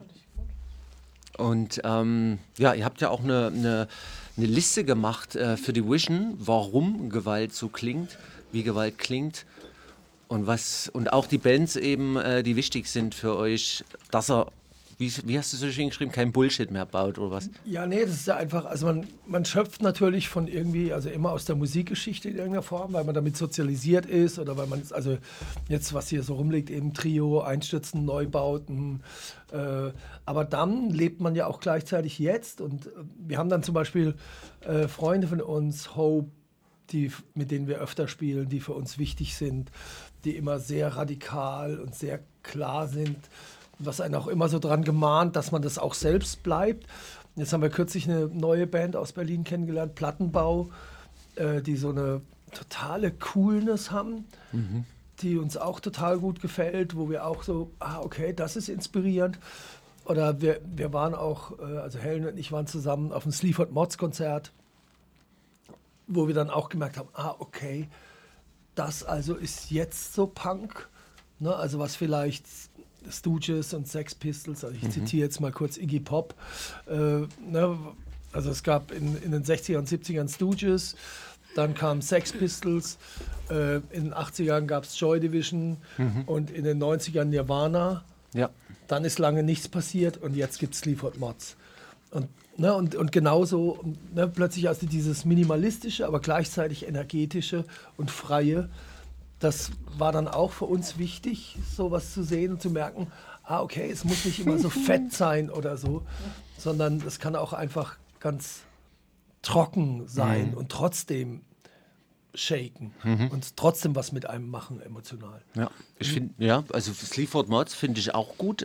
Ja, ihr habt ja auch eine Liste gemacht für die Vision, warum Gewalt so klingt, wie Gewalt klingt. Und auch die Bands eben, die wichtig sind für euch, dass er, wie hast du so schön geschrieben, kein Bullshit mehr baut oder was? Ja, nee, das ist ja einfach, also man schöpft natürlich von irgendwie, also immer aus der Musikgeschichte in irgendeiner Form, weil man damit sozialisiert ist oder weil man, also jetzt, was hier so rumliegt, eben Trio, Einstürzen, Neubauten, aber dann lebt man ja auch gleichzeitig jetzt und wir haben dann zum Beispiel Freunde von uns, Hope, mit denen wir öfter spielen, die für uns wichtig sind, die immer sehr radikal und sehr klar sind, was einen auch immer so dran gemahnt, dass man das auch selbst bleibt. Jetzt haben wir kürzlich eine neue Band aus Berlin kennengelernt, Plattenbau, die so eine totale Coolness haben, die uns auch total gut gefällt, wo wir auch so, okay, das ist inspirierend. Oder wir waren auch, also Helen und ich waren zusammen auf dem Sleaford Mods Konzert, wo wir dann auch gemerkt haben, okay, das also ist jetzt so Punk, ne? Also was vielleicht Stooges und Sex Pistols, also ich zitiere jetzt mal kurz Iggy Pop, ne? Also es gab in den 60er und 70ern Stooges, dann kamen Sex Pistols, in den 80ern gab es Joy Division und in den 90ern Nirvana. Ja. Dann ist lange nichts passiert und jetzt gibt es Sleaford Mods. Und genauso, ne, plötzlich also dieses minimalistische, aber gleichzeitig energetische und freie, das war dann auch für uns wichtig, sowas zu sehen und zu merken, okay, es muss nicht immer so fett sein oder so, sondern es kann auch einfach ganz trocken sein und trotzdem shaken und trotzdem was mit einem machen, emotional. Ja, ich finde, also Sleaford Mods finde ich auch gut.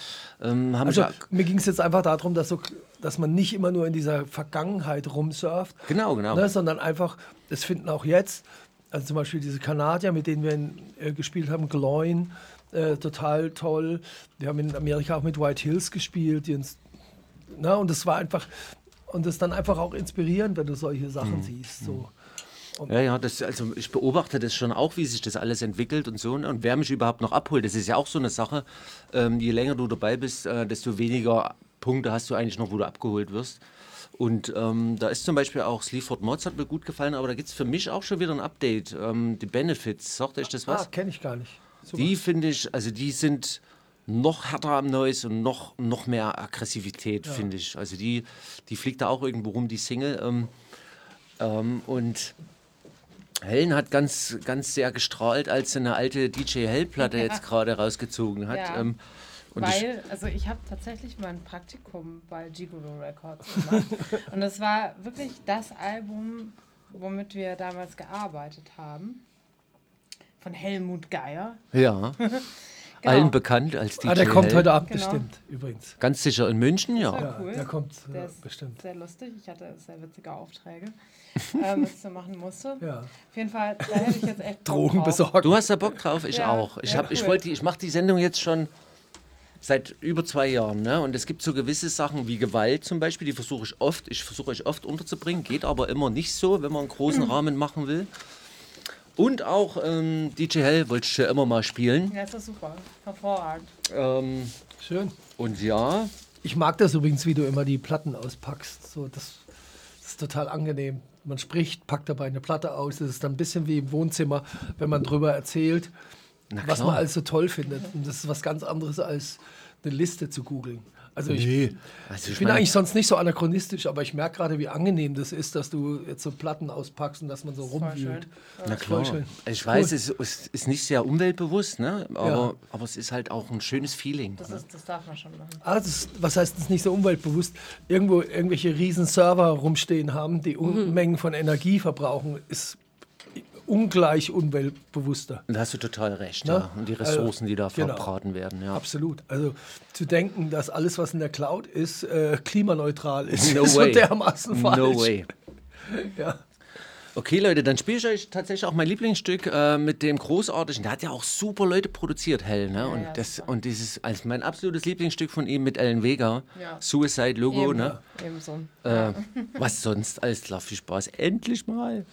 Mir ging es jetzt einfach darum, dass man nicht immer nur in dieser Vergangenheit rumsurft. Genau. Ne, sondern einfach, das finden auch jetzt, also zum Beispiel diese Kanadier, mit denen wir gespielt haben, Gloin, total toll. Wir haben in Amerika auch mit White Hills gespielt. Und das war einfach, und das ist dann einfach auch inspirierend, wenn du solche Sachen siehst. So. Also ich beobachte das schon auch, wie sich das alles entwickelt und so. Und wer mich überhaupt noch abholt, das ist ja auch so eine Sache. Je länger du dabei bist, desto weniger Punkte hast du eigentlich noch, wo du abgeholt wirst. Und da ist zum Beispiel auch Sleaford Mods, hat mir gut gefallen, aber da gibt es für mich auch schon wieder ein Update. Die Benefits, sagt euch das was? Kenne ich gar nicht. Super. Die finde ich, also die sind noch härter am Noise und noch mehr Aggressivität, finde ich. Also die fliegt da auch irgendwo rum, die Single. Und Helen hat ganz, ganz sehr gestrahlt, als sie eine alte DJ Hell-Platte jetzt gerade rausgezogen hat. Ja. Also ich habe tatsächlich mein Praktikum bei Gigolo Records gemacht. Und das war wirklich das Album, womit wir damals gearbeitet haben. Von Helmut Geier. Ja. Genau. Allen bekannt als DJ der kommt Hell. heute Abend bestimmt, übrigens. Ganz sicher in München, Das war cool. Der kommt der ist bestimmt. Sehr lustig. Ich hatte sehr witzige Aufträge, was ich so machen musste. Ja. Auf jeden Fall, da hätte ich jetzt echt Bock Drogen drauf. besorgt. Du hast da Bock drauf, ich Ja, auch. Ich mache die Sendung jetzt schon seit über 2 Jahren. Ne? Und es gibt so gewisse Sachen wie Gewalt zum Beispiel, die versuche ich euch oft unterzubringen, geht aber immer nicht so, wenn man einen großen Rahmen machen will. Und auch DJ Hell wollte ich ja immer mal spielen. Ja, ist das super. Hervorragend. Schön. Und ja. Ich mag das übrigens, wie du immer die Platten auspackst. So, das ist total angenehm. Man spricht, packt dabei eine Platte aus. Das ist dann ein bisschen wie im Wohnzimmer, wenn man drüber erzählt, was man alles so toll findet. Und das ist was ganz anderes, als eine Liste zu googeln. Also ich bin eigentlich sonst nicht so anachronistisch, aber ich merke gerade, wie angenehm das ist, dass du jetzt so Platten auspackst und dass man so rumwühlt. Na klar. Ich weiß, es ist nicht sehr umweltbewusst, ne? Aber es ist halt auch ein schönes Feeling. Das darf man schon machen. Was heißt das nicht so umweltbewusst? Irgendwelche riesen Server rumstehen haben, die Unmengen von Energie verbrauchen, ist ungleich umweltbewusster. Da hast du total recht, ja. Und die Ressourcen, die da verbraten werden. Ja. Absolut. Also zu denken, dass alles, was in der Cloud ist, klimaneutral ist, no ist so way. dermaßen falsch. No way. Ja. Okay, Leute, dann spiele ich euch tatsächlich auch mein Lieblingsstück mit dem großartigen, der hat ja auch super Leute produziert, Hell, ne? Und dieses als mein absolutes Lieblingsstück von ihm mit Ellen Vega, Suicide Logo, Eben, ne? Ebenso. Was sonst? Alles klar, viel Spaß. Endlich mal.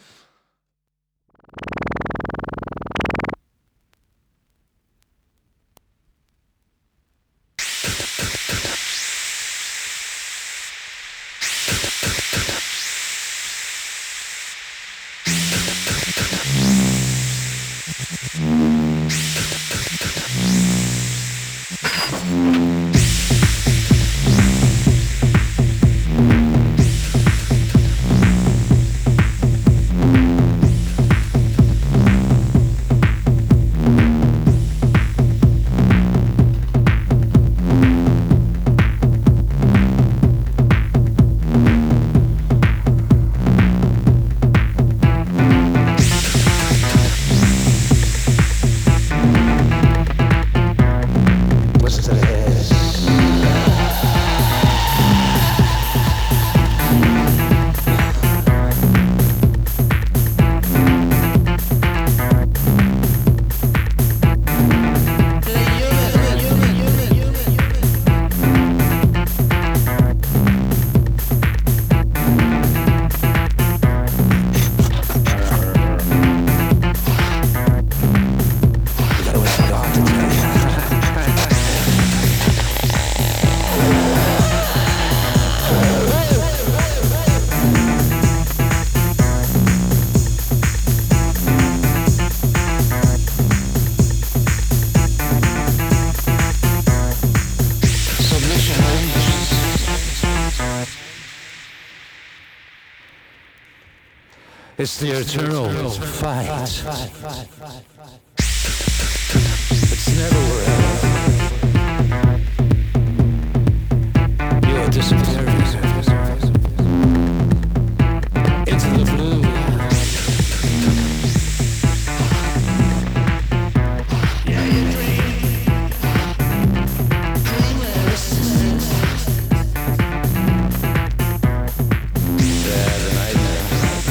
It's the eternal fight. It's never over. You are disappearing into the blue. Yeah, you dream. Dreamless. Yeah, the nightmare.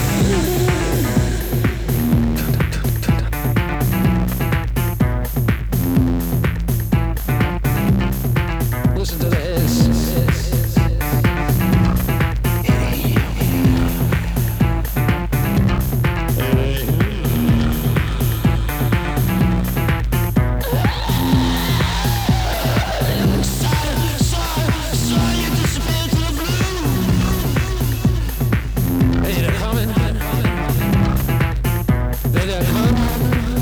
Listen to the hiss. Hey, they're coming. They're coming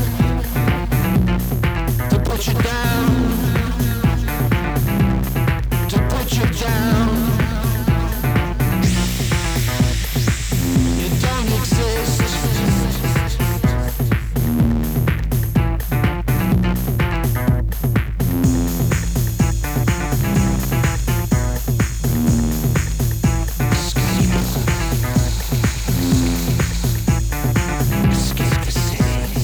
to put you down. To put you down. You don't exist. Escape the city.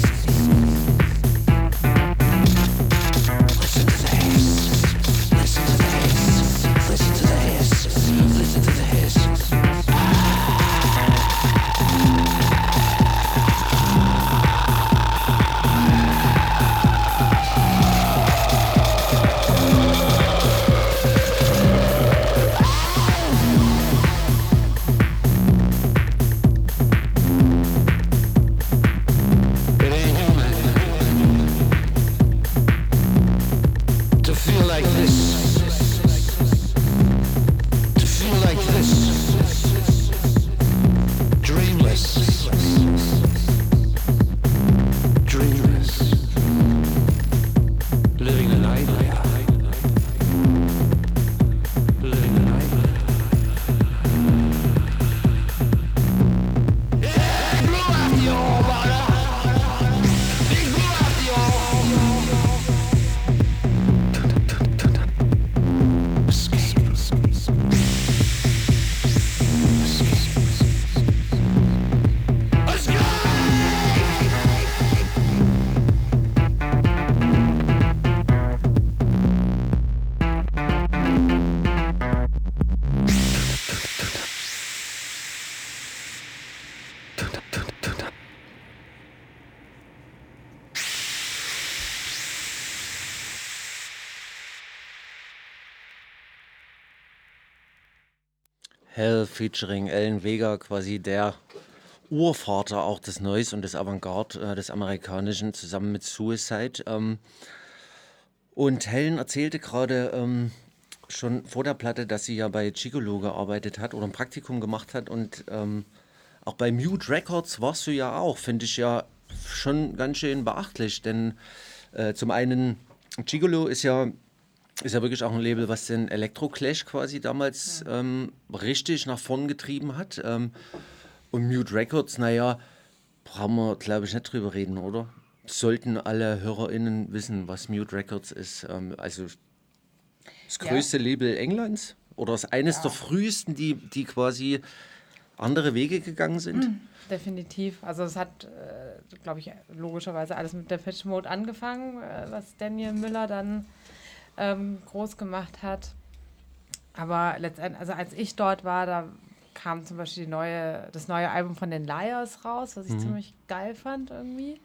Listen to the hiss. Listen to the hiss. Listen to the hiss. Listen to the hiss. It ain't human to feel like this. To feel like this. Dreamless. Dreamless. Living a nightmare. Living a nightmare. Yeah, blew after you all, brother. Big blew after you all. Escape. Let's go! Hell featuring Ellen Vega, quasi der Urvater auch des Noise und des Avantgarde, des Amerikanischen, zusammen mit Suicide. Und Helen erzählte gerade schon vor der Platte, dass sie ja bei Gigolo gearbeitet hat oder ein Praktikum gemacht hat. Und auch bei Mute Records warst du ja auch, finde ich ja schon ganz schön beachtlich. Denn zum einen, Gigolo ist ja wirklich auch ein Label, was den Electro-Clash quasi damals richtig nach vorn getrieben hat. Und Mute Records, naja, brauchen wir, glaube ich, nicht drüber reden, oder? Sollten alle HörerInnen wissen, was Mute Records ist. Also das größte Label Englands oder ist eines der frühesten, die quasi andere Wege gegangen sind. Definitiv. Also es hat, glaube ich, logischerweise alles mit Depeche Mode angefangen, was Daniel Müller dann groß gemacht hat. Aber letztendlich, also als ich dort war, da kam zum Beispiel das neue Album von den Liars raus, was ich ziemlich geil fand irgendwie.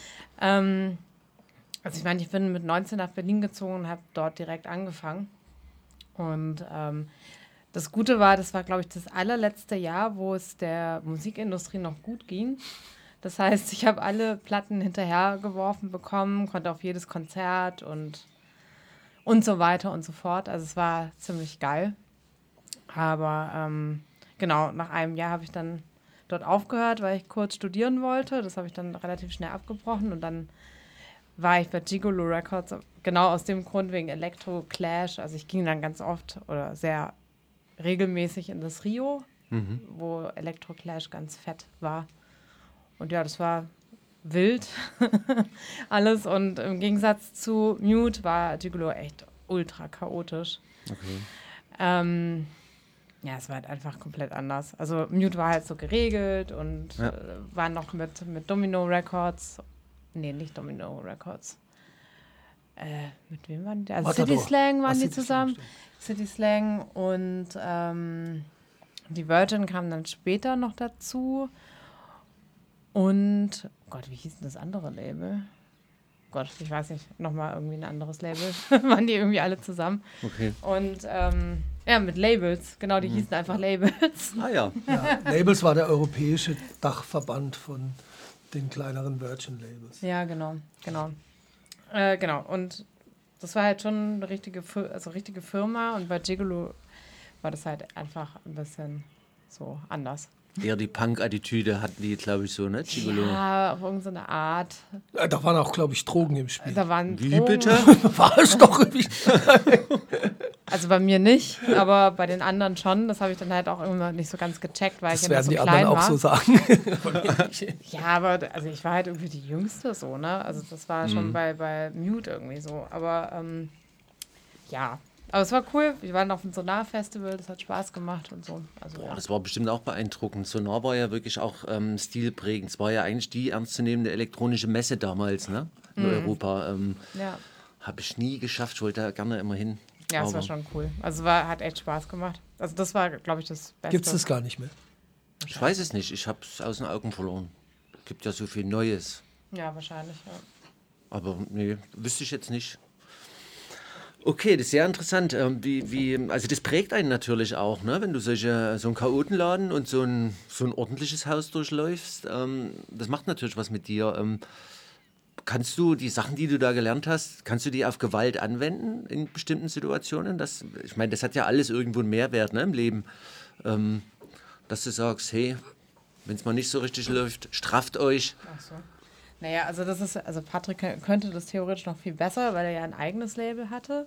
Also ich meine, ich bin mit 19 nach Berlin gezogen und habe dort direkt angefangen. Und das Gute war, das war, glaube ich, das allerletzte Jahr, wo es der Musikindustrie noch gut ging. Das heißt, ich habe alle Platten hinterhergeworfen bekommen, konnte auf jedes Konzert und so weiter und so fort. Also es war ziemlich geil. Aber genau, nach einem Jahr habe ich dann dort aufgehört, weil ich kurz studieren wollte. Das habe ich dann relativ schnell abgebrochen und dann war ich bei Gigolo Records, genau aus dem Grund wegen Electro Clash. Also ich ging dann ganz oft oder sehr regelmäßig in das Rio, wo Electro Clash ganz fett war. Und ja, das war wild alles. Und im Gegensatz zu Mute war Gigolo echt ultra chaotisch. Okay. Ja, es war halt einfach komplett anders. Also Mute war halt so geregelt und war noch mit Domino Records. Nee, nicht Domino Records. Mit wem waren die? Also City Slang waren die zusammen. City Slang und die Virgin kam dann später noch dazu. Und, Gott, wie hieß denn das andere Label? Gott, ich weiß nicht, nochmal irgendwie ein anderes Label. Waren die irgendwie alle zusammen. Okay. Und mit Labels, genau, die hießen einfach Labels. Ah ja. Labels war der europäische Dachverband von den kleineren Virgin-Labels. Ja, genau. Genau, und das war halt schon eine richtige Firma und bei Gigolo war das halt einfach ein bisschen so anders. Eher die Punk-Attitüde hatten die, glaube ich, so, ne? Gigolo. Ja, auf irgendeine Art. Da waren auch, glaube ich, Drogen im Spiel. Da waren Wie Drogen. bitte? War es doch irgendwie. Also bei mir nicht, aber bei den anderen schon. Das habe ich dann halt auch immer nicht so ganz gecheckt, weil Das ich ja noch werden so die klein anderen auch war. so sagen. Ja, aber also ich war halt irgendwie die Jüngste so, ne? Also das war schon bei Mute irgendwie so. Aber ja, aber es war cool. Wir waren auf dem Sonar-Festival, das hat Spaß gemacht und so. Also, Das war bestimmt auch beeindruckend. Sonar war ja wirklich auch stilprägend. Es war ja eigentlich die ernstzunehmende elektronische Messe damals, ne? In Europa. ja. Habe ich nie geschafft. Ich wollte da gerne immer hin. Ja, es war Aber- schon cool. Also hat echt Spaß gemacht. Also das war, glaube ich, das Beste. Gibt es das gar nicht mehr? Ich weiß es nicht. Ich habe es aus den Augen verloren. Gibt ja so viel Neues. Ja, wahrscheinlich, ja. Aber nee, wüsste ich jetzt nicht. Okay, das ist sehr interessant. Also das prägt einen natürlich auch, ne? Wenn du so einen Chaotenladen und so ein ordentliches Haus durchläufst. Das macht natürlich was mit dir. Kannst du die Sachen, die du da gelernt hast, kannst du die auf Gewalt anwenden in bestimmten Situationen? Ich meine, das hat ja alles irgendwo einen Mehrwert, ne, im Leben. Dass du sagst, hey, wenn es mal nicht so richtig läuft, strafft euch. Ach so. Naja, also Patrick könnte das theoretisch noch viel besser, weil er ja ein eigenes Label hatte.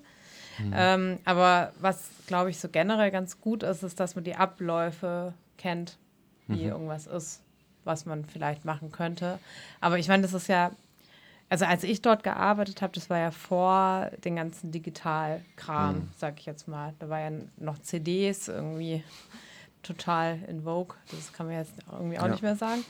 Aber was, glaube ich, so generell ganz gut ist, dass man die Abläufe kennt, wie irgendwas ist, was man vielleicht machen könnte. Aber ich meine, das ist ja, also als ich dort gearbeitet habe, das war ja vor den ganzen Digitalkram, sag ich jetzt mal. Da war ja noch CDs irgendwie total in Vogue. Das kann man jetzt irgendwie auch nicht mehr sagen.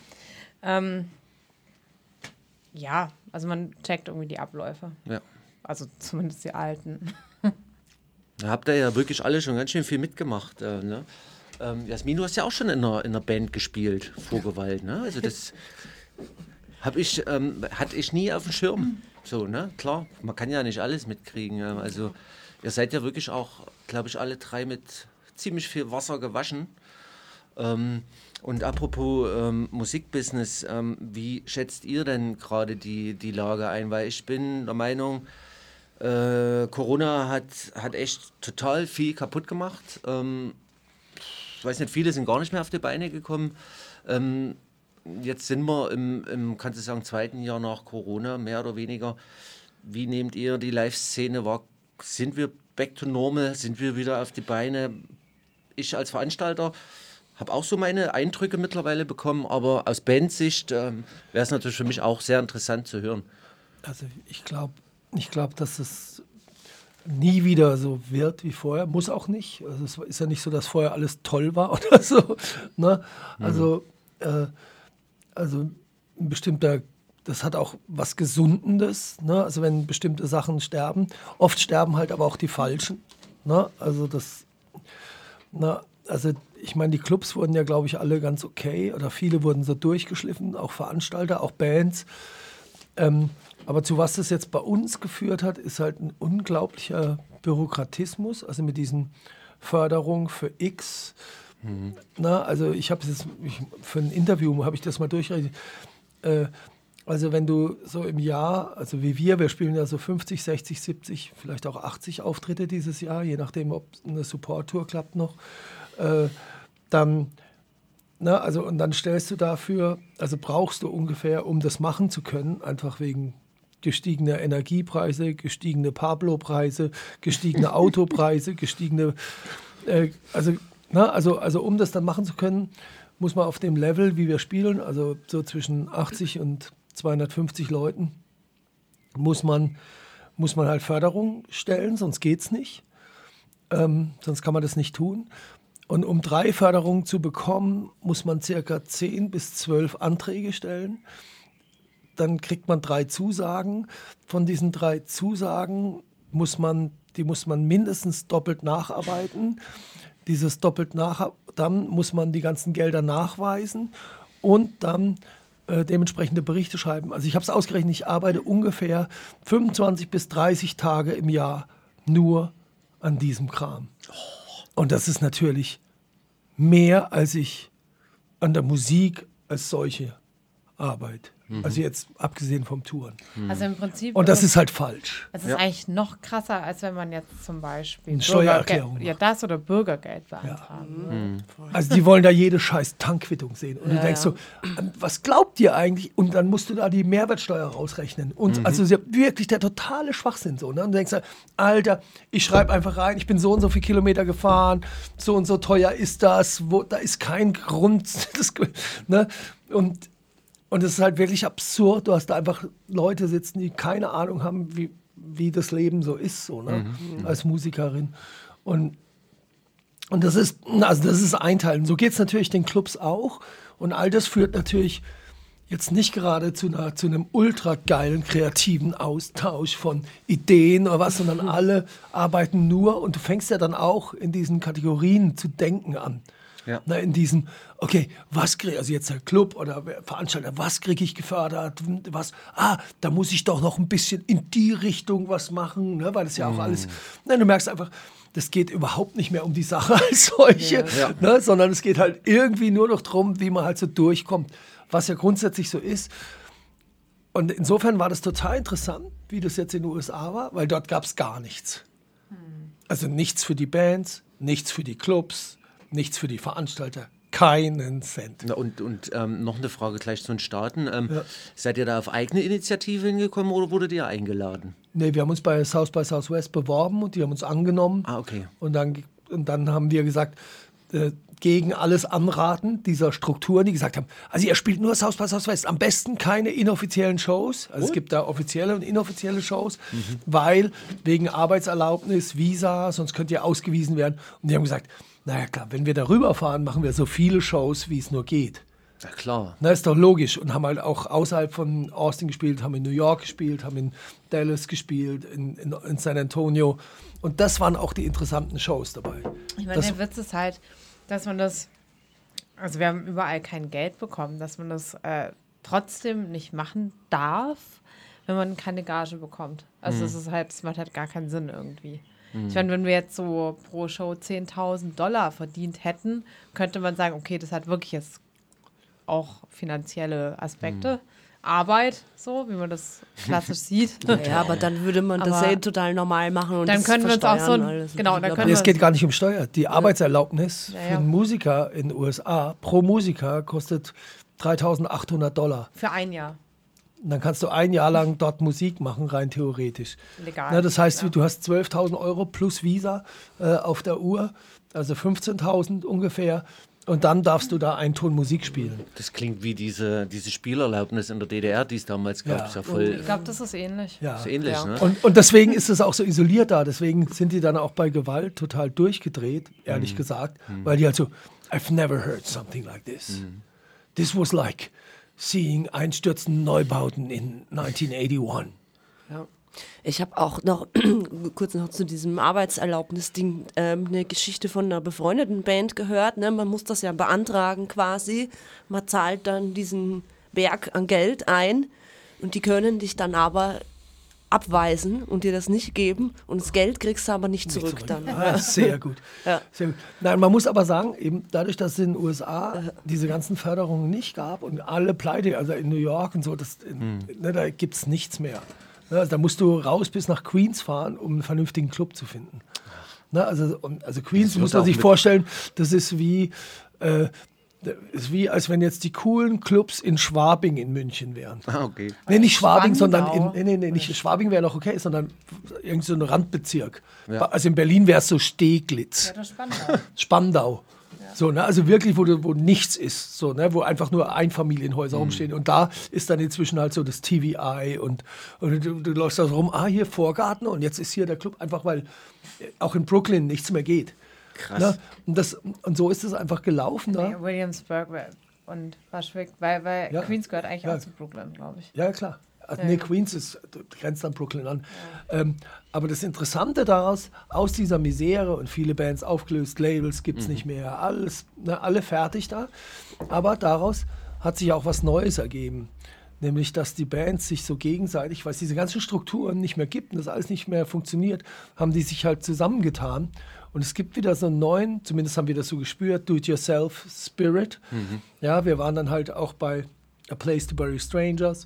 Ja, also man checkt irgendwie die Abläufe. Ja. Also zumindest die alten. Da habt ihr ja wirklich alle schon ganz schön viel mitgemacht. Ne? Jasmin, du hast ja auch schon in einer Band gespielt, vor Gewalt. Ne? Also das hatte ich nie auf dem Schirm. So, ne? Klar, man kann ja nicht alles mitkriegen. Also ihr seid ja wirklich auch, glaube ich, alle drei mit ziemlich viel Wasser gewaschen. Und apropos Musikbusiness, wie schätzt ihr denn gerade die Lage ein? Weil ich bin der Meinung, Corona hat echt total viel kaputt gemacht. Ich weiß nicht, viele sind gar nicht mehr auf die Beine gekommen. Jetzt sind wir im kannst du sagen, zweiten Jahr nach Corona, mehr oder weniger. Wie nehmt ihr die Live-Szene wahr? Sind wir back to normal? Sind wir wieder auf die Beine? Ich als Veranstalter habe auch so meine Eindrücke mittlerweile bekommen, aber aus Bandsicht wäre es natürlich für mich auch sehr interessant zu hören. Also ich glaube, dass es nie wieder so wird wie vorher. Muss auch nicht. Also es ist ja nicht so, dass vorher alles toll war oder so. Ne? Also ein bestimmter, das hat auch was Gesundendes. Ne? Also wenn bestimmte Sachen sterben, oft sterben halt aber auch die Falschen. Ne? Also ich meine, die Clubs wurden ja, glaube ich, alle ganz okay oder viele wurden so durchgeschliffen, auch Veranstalter, auch Bands. Aber zu was das jetzt bei uns geführt hat, ist halt ein unglaublicher Bürokratismus, also mit diesen Förderungen für X. Na, also für ein Interview habe ich das mal durchgerechnet. Also wenn du so im Jahr, also wie wir spielen ja so 50, 60, 70, vielleicht auch 80 Auftritte dieses Jahr, je nachdem, ob eine Support-Tour klappt noch, dann stellst du dafür, also brauchst du ungefähr, um das machen zu können, einfach wegen gestiegene Energiepreise, gestiegene Pablo-Preise, gestiegene Autopreise, gestiegene, um das dann machen zu können, muss man auf dem Level, wie wir spielen, also so zwischen 80 und 250 Leuten, muss man halt Förderung stellen, sonst geht's nicht. Sonst kann man das nicht tun. Und um 3 Förderungen zu bekommen, muss man circa 10 bis 12 Anträge stellen. Dann kriegt man 3 Zusagen. Von diesen 3 Zusagen muss man mindestens doppelt nacharbeiten. Dann muss man die ganzen Gelder nachweisen und dann dementsprechende Berichte schreiben. Also ich habe es ausgerechnet, ich arbeite ungefähr 25 bis 30 Tage im Jahr nur an diesem Kram. Und das ist natürlich mehr, als ich an der Musik als solche arbeite. Also jetzt abgesehen vom Touren. Also im Prinzip. Und das ist halt falsch. Es ist eigentlich noch krasser, als wenn man jetzt zum Beispiel Steuererklärung ja, das oder Bürgergeld beantragen. Ja. Also die wollen da jede scheiß Tankquittung sehen. Und du denkst so, was glaubt ihr eigentlich? Und dann musst du da die Mehrwertsteuer rausrechnen. Und also wirklich der totale Schwachsinn so. Ne? Und du denkst, Alter, ich schreibe einfach rein, ich bin so und so viele Kilometer gefahren, so und so teuer ist das, da ist kein Grund. Ne? Und es ist halt wirklich absurd. Du hast da einfach Leute sitzen, die keine Ahnung haben, wie das Leben so ist, so, ne? Als Musikerin. Und das ist ein Teil. Und so geht es natürlich den Clubs auch. Und all das führt natürlich jetzt nicht gerade zu einem ultra geilen, kreativen Austausch von Ideen oder was, sondern alle arbeiten nur. Und du fängst ja dann auch in diesen Kategorien zu denken an. Ja. Na, in diesem, okay, was kriege ich, also jetzt der Club oder Veranstalter, was kriege ich gefördert, da muss ich doch noch ein bisschen in die Richtung was machen, ne, weil das ja auch alles, du merkst einfach, das geht überhaupt nicht mehr um die Sache als solche, ne, sondern es geht halt irgendwie nur noch darum, wie man halt so durchkommt, was ja grundsätzlich so ist. Und insofern war das total interessant, wie das jetzt in den USA war, weil dort gab es gar nichts. Also nichts für die Bands, nichts für die Clubs, nichts für die Veranstalter, keinen Cent. Und noch eine Frage gleich zu den Staaten. Seid ihr da auf eigene Initiative hingekommen oder wurdet ihr eingeladen? Nee, wir haben uns bei South by Southwest beworben und die haben uns angenommen. Ah, okay. Und dann haben wir gesagt, gegen alles Anraten dieser Strukturen, die gesagt haben, also ihr spielt nur South by Southwest, am besten keine inoffiziellen Shows. Also es gibt da offizielle und inoffizielle Shows, weil wegen Arbeitserlaubnis, Visa, sonst könnt ihr ausgewiesen werden. Und die haben gesagt, naja klar, wenn wir darüber fahren, machen wir so viele Shows, wie es nur geht. Ja klar. Na, ist doch logisch. Und haben halt auch außerhalb von Austin gespielt, haben in New York gespielt, haben in Dallas gespielt, in San Antonio. Und das waren auch die interessanten Shows dabei. Ich meine, der Witz ist halt, dass man das, also wir haben überall kein Geld bekommen, dass man das trotzdem nicht machen darf, wenn man keine Gage bekommt. Also das macht halt gar keinen Sinn irgendwie. Ich meine, wenn wir jetzt so pro Show $10.000 verdient hätten, könnte man sagen, okay, das hat wirklich jetzt auch finanzielle Aspekte. Arbeit, so wie man das klassisch sieht. Ja, aber dann würde man das ja total normal machen und dann das können wir uns auch so es geht gar nicht um Steuer. Die Arbeitserlaubnis für einen Musiker in den USA pro Musiker kostet $3.800. Für ein Jahr. Und dann kannst du ein Jahr lang dort Musik machen, rein theoretisch. Legal. Na, das heißt, du hast 12.000 Euro plus Visa auf der Uhr, also 15.000 ungefähr. Und dann darfst du da einen Ton Musik spielen. Das klingt wie diese Spielerlaubnis in der DDR, die es damals gab. Ja. Ich glaube, das ist ähnlich. Ja. Ist ähnlich, ja. Ne? Und deswegen ist es auch so isoliert da. Deswegen sind die dann auch bei Gewalt total durchgedreht, ehrlich gesagt. Weil die halt so, I've never heard something like this. This was like seeing einstürzende Neubauten in 1981. Ja. Ich habe auch noch kurz noch zu diesem Arbeitserlaubnis-Ding eine Geschichte von einer befreundeten Band gehört. Ne? Man muss das ja beantragen quasi. Man zahlt dann diesen Berg an Geld ein und die können dich dann aber abweisen und dir das nicht geben und das Geld kriegst du aber nicht zurück. Dann. Ah, sehr gut. Ja. Sehr gut. Nein, man muss aber sagen, eben dadurch, dass es in den USA diese ganzen Förderungen nicht gab und alle pleite, also in New York und so, da gibt es nichts mehr. Also da musst du raus bis nach Queens fahren, um einen vernünftigen Club zu finden. Also Queens muss man sich vorstellen, das ist wie als wenn jetzt die coolen Clubs in Schwabing in München wären. Ah, okay. Nee, nicht Schwabing, Spandau. sondern nicht Schwabing wäre noch okay, sondern irgendwie so ein Randbezirk. Ja. Also in Berlin wäre es so Steglitz. Ja, das ist Spandau. Spandau. So, ne? Also wirklich, wo nichts ist, so, ne? Wo einfach nur Einfamilienhäuser rumstehen. Und da ist dann inzwischen halt so das TVI und du läufst da so rum, hier Vorgarten und jetzt ist hier der Club, einfach weil auch in Brooklyn nichts mehr geht. Krass. Ne? Und so ist es einfach gelaufen. Ne? Williamsburg und Bushwick, weil Ja. Queens gehört eigentlich Ja. auch zu Brooklyn, glaube ich. Ja, klar. Nee, Queens grenzt an Brooklyn an. Aber das Interessante daraus, aus dieser Misere und viele Bands aufgelöst, Labels gibt es nicht mehr, alles, ne, alle fertig da. Aber daraus hat sich auch was Neues ergeben. Nämlich, dass die Bands sich so gegenseitig, weil es diese ganzen Strukturen nicht mehr gibt und das alles nicht mehr funktioniert, haben die sich halt zusammengetan. Und es gibt wieder so einen neuen, zumindest haben wir das so gespürt, Do-it-yourself-Spirit. Ja, wir waren dann halt auch bei A Place to Bury Strangers.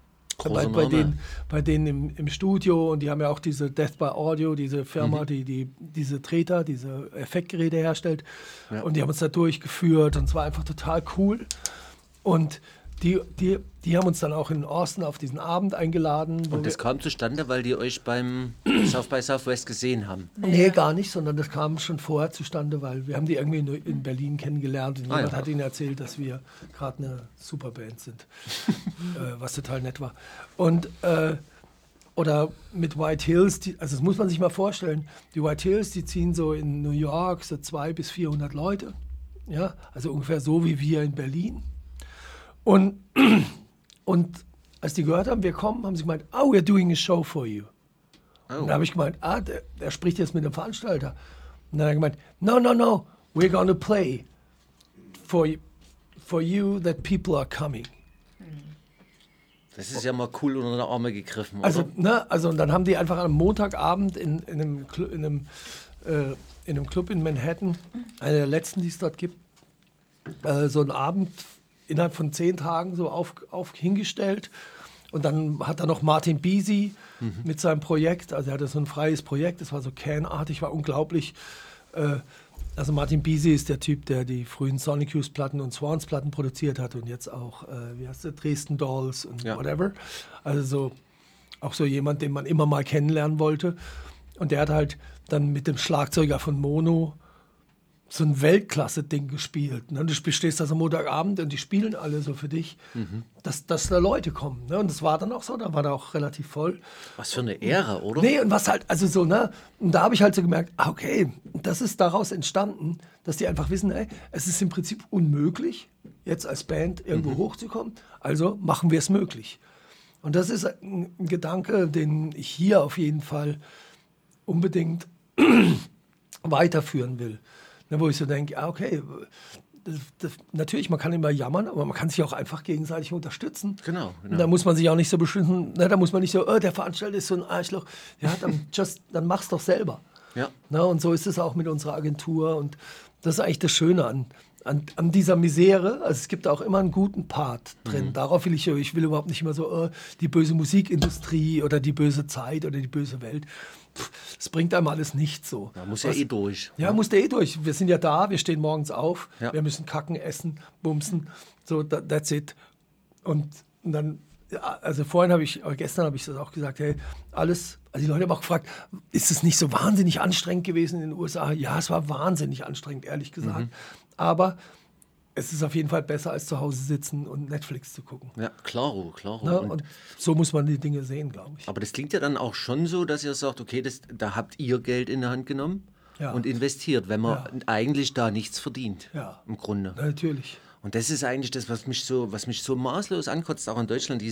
Bei denen im Studio, und die haben ja auch diese Death by Audio, diese Firma, die diese Treter, diese Effektgeräte herstellt. Ja. Und die haben uns da durchgeführt und es war einfach total cool. Und die haben uns dann auch in Austin auf diesen Abend eingeladen. Und das kam zustande, weil die euch beim South by Southwest gesehen haben? Nee, gar nicht, sondern das kam schon vorher zustande, weil wir haben die irgendwie in Berlin kennengelernt und jemand hat ihnen erzählt, dass wir gerade eine Superband sind, was total nett war. Und oder mit White Hills, also das muss man sich mal vorstellen, die White Hills, die ziehen so in New York so 200 bis 400 Leute, ja, also ungefähr so wie wir in Berlin. Und als die gehört haben, wir kommen, haben sie gemeint, we're doing a show for you. Und da habe ich gemeint, der spricht jetzt mit dem Veranstalter. Und dann hat er gemeint, no, we're gonna play for you that people are coming. Das ist ja mal cool unter die Arme gegriffen, oder? Also und dann haben die einfach am Montagabend in einem Club in Manhattan, einer der letzten, die es dort gibt, so einen Abend innerhalb von 10 Tagen so hingestellt. Und dann hat da noch Martin Beasy mit seinem Projekt, also er hatte so ein freies Projekt, das war so Can-artig, war unglaublich. Also Martin Beasy ist der Typ, der die frühen Sonic Youth-Platten und Swans-Platten produziert hat und jetzt auch, Dresden Dolls und whatever. Also auch so jemand, den man immer mal kennenlernen wollte. Und der hat halt dann mit dem Schlagzeuger von Mono so ein Weltklasse-Ding gespielt. Ne? Du stehst da so Montagabend und die spielen alle so für dich, dass da Leute kommen. Ne? Und das war dann auch so, da war da auch relativ voll. Was für eine Ehre, oder? Nee, und was halt, also so, ne? Und da habe ich halt so gemerkt, okay, das ist daraus entstanden, dass die einfach wissen, es ist im Prinzip unmöglich, jetzt als Band irgendwo hochzukommen, also machen wir es möglich. Und das ist ein Gedanke, den ich hier auf jeden Fall unbedingt weiterführen will. Wo ich so denke, okay, natürlich, man kann immer jammern, aber man kann sich auch einfach gegenseitig unterstützen. Genau. Und da muss man sich auch nicht so beschimpfen, da muss man nicht so, der Veranstalter ist so ein Arschloch. Ja, dann mach's doch selber. Ja. Und so ist es auch mit unserer Agentur und das ist eigentlich das Schöne an dieser Misere. Also es gibt auch immer einen guten Part drin. Darauf will ich überhaupt nicht immer so, die böse Musikindustrie oder die böse Zeit oder die böse Welt. Das bringt einem alles nichts so. Da muss ja durch. Ja, muss der durch. Wir sind ja da, wir stehen morgens auf, Ja. wir müssen kacken, essen, bumsen, so, that's it. Und dann, also gestern habe ich das auch gesagt, also die Leute haben auch gefragt, ist es nicht so wahnsinnig anstrengend gewesen in den USA? Ja, es war wahnsinnig anstrengend, ehrlich gesagt. Aber es ist auf jeden Fall besser, als zu Hause sitzen und Netflix zu gucken. Ja, klaro. Ne? Und so muss man die Dinge sehen, glaube ich. Aber das klingt ja dann auch schon so, dass ihr sagt, okay, da habt ihr Geld in der Hand genommen und investiert, wenn man eigentlich da nichts verdient, im Grunde. Ja, natürlich. Und das ist eigentlich das, was mich so maßlos ankotzt, auch in Deutschland,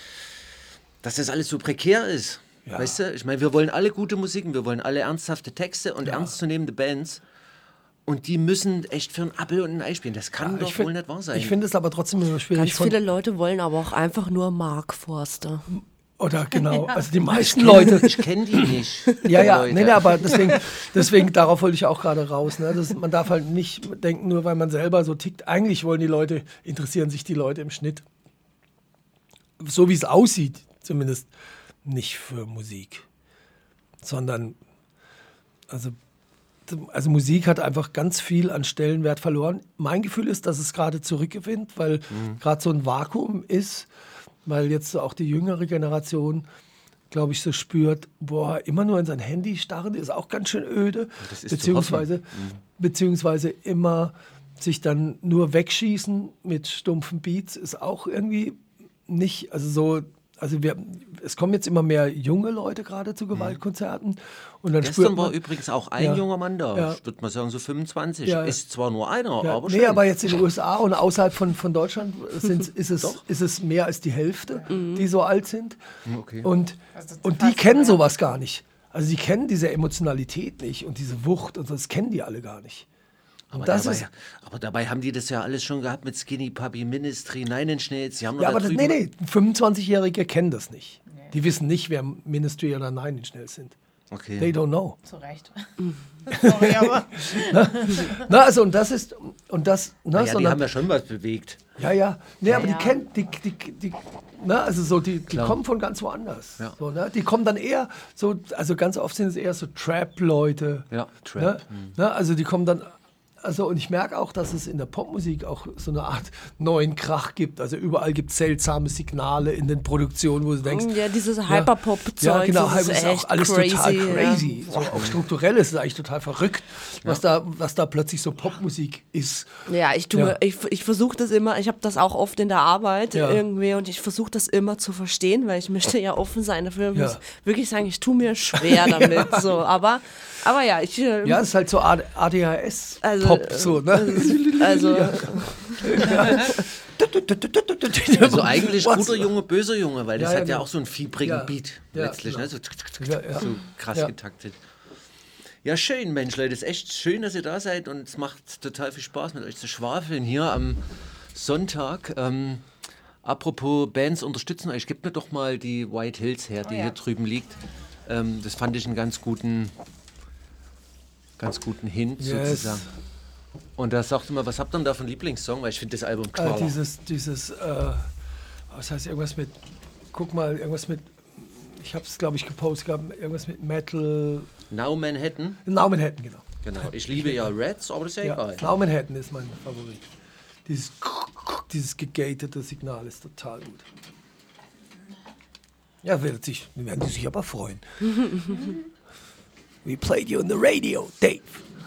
dass das alles so prekär ist. Ja. Weißt du, ich meine, wir wollen alle gute Musiken, wir wollen alle ernsthafte Texte und ernstzunehmende Bands. Und die müssen echt für ein Apfel und ein Ei spielen. Das kann doch wohl nicht wahr sein. Ich finde es aber trotzdem immer schwierig. Ganz viele Leute wollen aber auch einfach nur Mark Forster. Oder genau, also die meisten Leute. Ich kenne die nicht. Ja, Leute. nee, aber deswegen, darauf wollte ich auch gerade raus. Ne? Man darf halt nicht denken, nur weil man selber so tickt. Eigentlich interessieren sich die Leute im Schnitt, so wie es aussieht, zumindest nicht für Musik, sondern, also Musik hat einfach ganz viel an Stellenwert verloren. Mein Gefühl ist, dass es gerade zurückgewinnt, weil gerade so ein Vakuum ist, weil jetzt auch die jüngere Generation, glaube ich, so spürt, immer nur in sein Handy starren, ist auch ganz schön öde. Das ist beziehungsweise immer sich dann nur wegschießen mit stumpfen Beats ist auch irgendwie nicht, es kommen jetzt immer mehr junge Leute gerade zu Gewaltkonzerten. Und dann Gestern spürt man, war übrigens auch ein junger Mann da, Ja. ich würde mal sagen so 25. Ja. Ist zwar nur einer, ja, aber nee, schön. aber jetzt in den USA und außerhalb von Deutschland ist es mehr als die Hälfte, die so alt sind. Okay. Und die kennen sowas gar nicht. Also die kennen diese Emotionalität nicht und diese Wucht und so, das kennen die alle gar nicht. Aber das dabei haben die das ja alles schon gehabt mit Skinny Puppy, Ministry, Nine Inch Nails. Die haben Ja, noch aber da drüben 25-Jährige kennen das nicht. Die wissen nicht, wer Ministry oder Nine Inch Nails sind. Okay. They don't know. Zu Recht. Sorry, aber. Na, also und das ist die haben ja schon was bewegt. Ja. Nee, aber Ja. die kennen, die kommen von ganz woanders. Ja. So, ne? Die kommen dann eher so, also ganz oft sind es eher so Trap-Leute. Ja, Trap. Ne? Also die kommen dann, und ich merke auch, dass es in der Popmusik auch so eine Art neuen Krach gibt. Also überall gibt es seltsame Signale in den Produktionen, wo du denkst, Ja, dieses Hyperpop-Zeug. ja, genau, das Hyper ist ist auch echt alles crazy. total crazy. Ja. So, auch strukturell ist es eigentlich total verrückt, was da plötzlich so Popmusik ist. Ja, ich versuche das immer, ich habe das auch oft in der Arbeit irgendwie und ich versuche das immer zu verstehen, weil ich möchte ja offen sein dafür. Ich muss wirklich sagen, ich tue mir schwer damit. So. Aber ja, ich... Ja, es ist halt so ADHS-Pop. So, ne? Also, Also eigentlich guter Junge, böser Junge, weil das Ja, hat ja genau. auch so einen fiebrigen Ja. Beat Ja, letztlich. genau. Ne? So, Ja. so krass Ja. getaktet. Ja, schön, Mensch, Leute. Es ist echt schön, dass ihr da seid und es macht total viel Spaß, mit euch zu schwafeln hier am Sonntag. Apropos Bands unterstützen euch, gebt mir doch mal die White Hills her, die hier drüben liegt. Das fand ich einen ganz guten Hint sozusagen. Und da sagt mal, was habt ihr denn da für einen Lieblingssong? Weil ich finde das Album knaller. Was heißt irgendwas mit, guck mal, irgendwas mit, ich habe es glaube ich gepostet, irgendwas mit Metal. Now Manhattan. Now Manhattan, genau. Genau. Ich liebe ja Reds, aber das ist ja egal. Now Manhattan ist mein Favorit. Dieses gegatete Signal ist total gut. Ja, werden die sich aber freuen. We played you on the radio, Dave.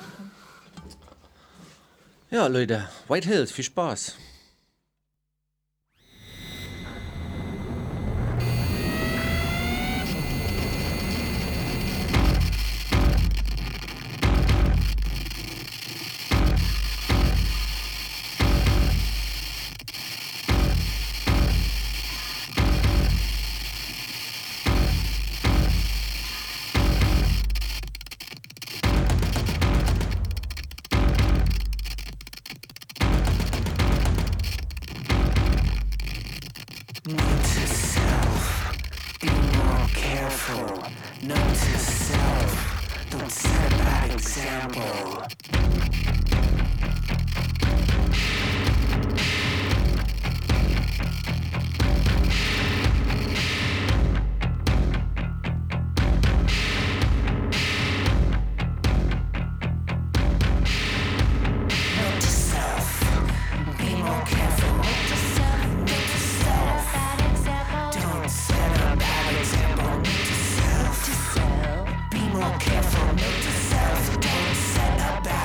Ja, Leute, White Hills, viel Spaß. Be more careful, note to self, don't set a bad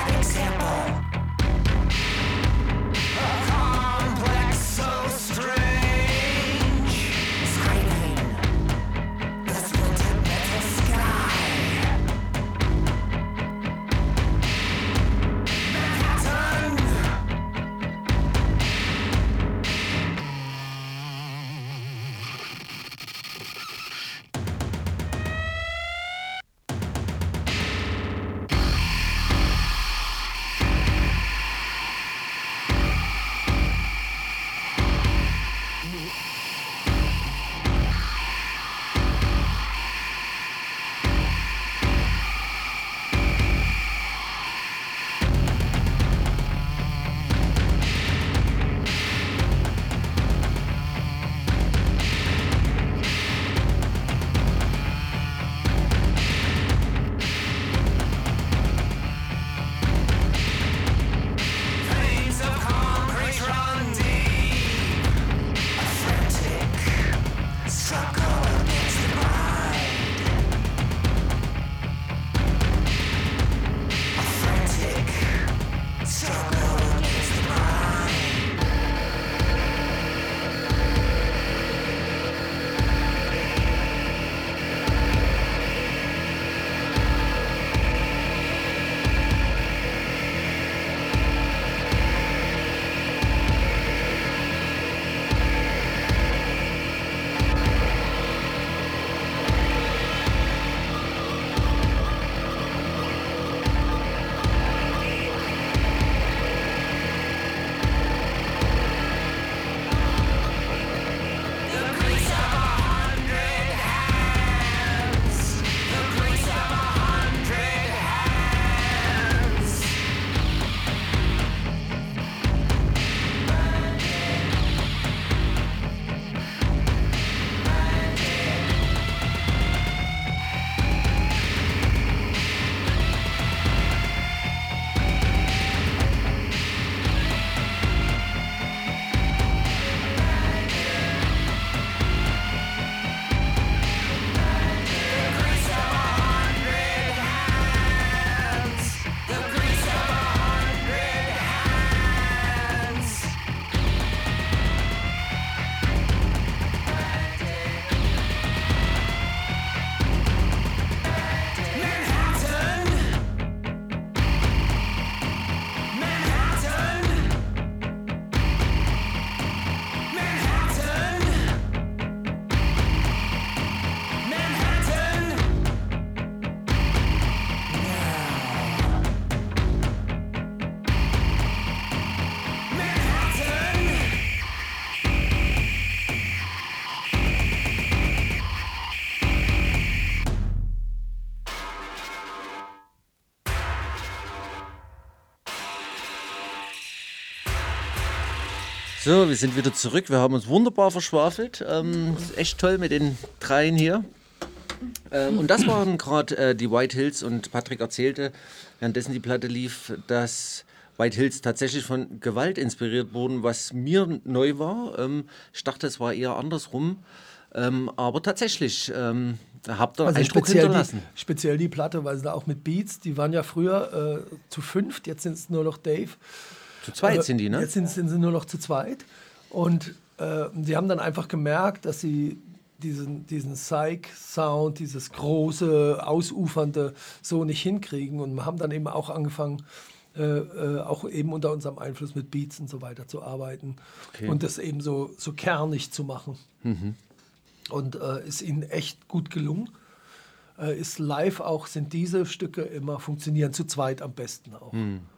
So, wir sind wieder zurück. Wir haben uns wunderbar verschwafelt. Ist echt toll mit den dreien hier. Und das waren gerade die White Hills und Patrick erzählte, währenddessen die Platte lief, dass White Hills tatsächlich von Gewalt inspiriert wurden, was mir neu war. Ich dachte, es war eher andersrum. Aber tatsächlich habt ihr Eindruck hinterlassen. Speziell die Platte, weil sie da auch mit Beats, die waren ja früher zu 5, jetzt sind es nur noch Dave. Zu zweit sind die, ne? Jetzt sind sie nur noch zu zweit. Und die haben dann einfach gemerkt, dass sie diesen Psych-Sound, dieses große, ausufernde so nicht hinkriegen. Und haben dann eben auch angefangen, auch eben unter unserem Einfluss mit Beats und so weiter zu arbeiten. Okay. Und das eben so kernig zu machen. Mhm. Und ist ihnen echt gut gelungen. Ist live auch, sind diese Stücke immer, funktionieren zu zweit am besten auch.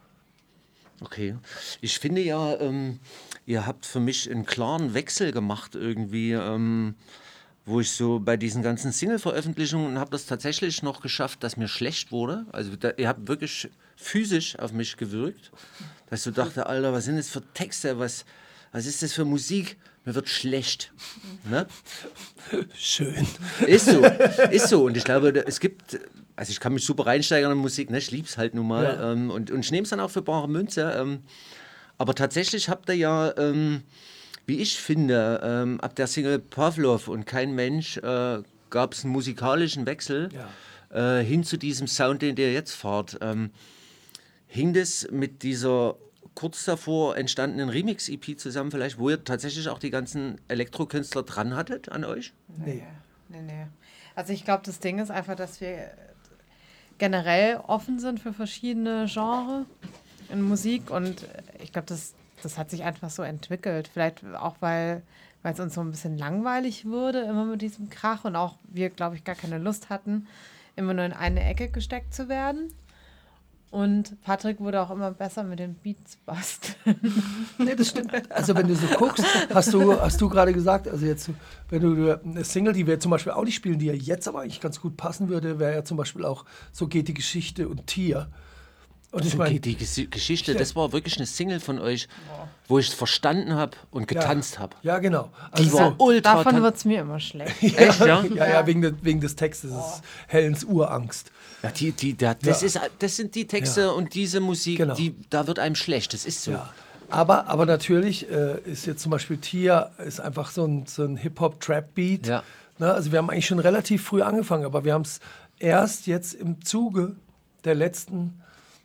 Okay. Ich finde ja, ihr habt für mich einen klaren Wechsel gemacht irgendwie, wo ich so bei diesen ganzen Single-Veröffentlichungen habe das tatsächlich noch geschafft, dass mir schlecht wurde. Also ihr habt wirklich physisch auf mich gewirkt, dass ich so dachte, Alter, was sind das für Texte, was ist das für Musik? Mir wird schlecht. Ne? Schön. Ist so. Und ich glaube, es gibt, also ich kann mich super reinsteigern in Musik, ne? Ich lieb's halt nun mal. Ja. Und ich nehme es dann auch für bare Münze. Aber tatsächlich habt ihr ja, wie ich finde, ab der Single Pavlov und Kein Mensch gab es einen musikalischen Wechsel hin zu diesem Sound, den ihr jetzt fahrt. Hing das mit dieser kurz davor entstandenen Remix-EP zusammen vielleicht, wo ihr tatsächlich auch die ganzen Elektrokünstler dran hattet an euch? Nee. Also ich glaube, das Ding ist einfach, dass wir generell offen sind für verschiedene Genres in Musik und ich glaube, das hat sich einfach so entwickelt. Vielleicht auch, weil es uns so ein bisschen langweilig wurde, immer mit diesem Krach und auch wir, glaube ich, gar keine Lust hatten, immer nur in eine Ecke gesteckt zu werden. Und Patrick wurde auch immer besser mit den Beats basteln. Nee, das stimmt. Also wenn du so guckst, hast du gerade gesagt, also jetzt, wenn du eine Single, die wir zum Beispiel auch nicht spielen, die ja jetzt aber eigentlich ganz gut passen würde, wäre ja zum Beispiel auch So geht die Geschichte und Tier. Und ich meine, die Geschichte, das war wirklich eine Single von euch, wo ich es verstanden habe und getanzt habe. Ja, genau. Die war ultra. Davon wird es mir immer schlecht. Echt, ja? Ja, wegen des Textes. Das ist Helens Urangst. Ja, das sind die Texte und diese Musik, Genau. da wird einem schlecht, das ist so. Ja. Aber natürlich ist jetzt zum Beispiel Tier ist einfach so ein Hip-Hop-Trap-Beat. Ja. Ne, also wir haben eigentlich schon relativ früh angefangen, aber wir haben es erst jetzt im Zuge der letzten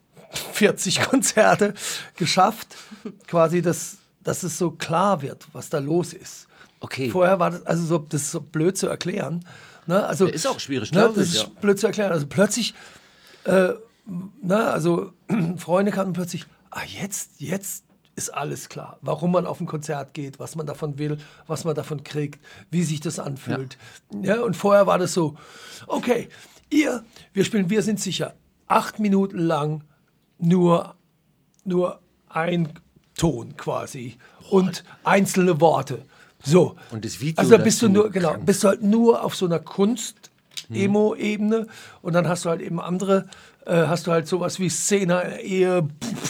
40 Konzerte geschafft, quasi, dass es so klar wird, was da los ist. Okay. Vorher war das, also das ist so blöd zu erklären. Ne? Also, Ist auch schwierig, ne? glaube Das ich, ist blöd zu erklären. Also plötzlich, also Freunde kannten plötzlich, jetzt ist alles klar. Warum man auf ein Konzert geht, was man davon will, was man davon kriegt, wie sich das anfühlt. Ja, und vorher war das so, okay, wir spielen Wir sind sicher 8 Minuten lang nur ein Ton quasi und einzelne Worte. So. Und das Video Also bist du dazu bist du halt nur auf so einer Kunst-Emo-Ebene und dann hast du halt eben andere, hast du halt sowas wie Szene, Ehe,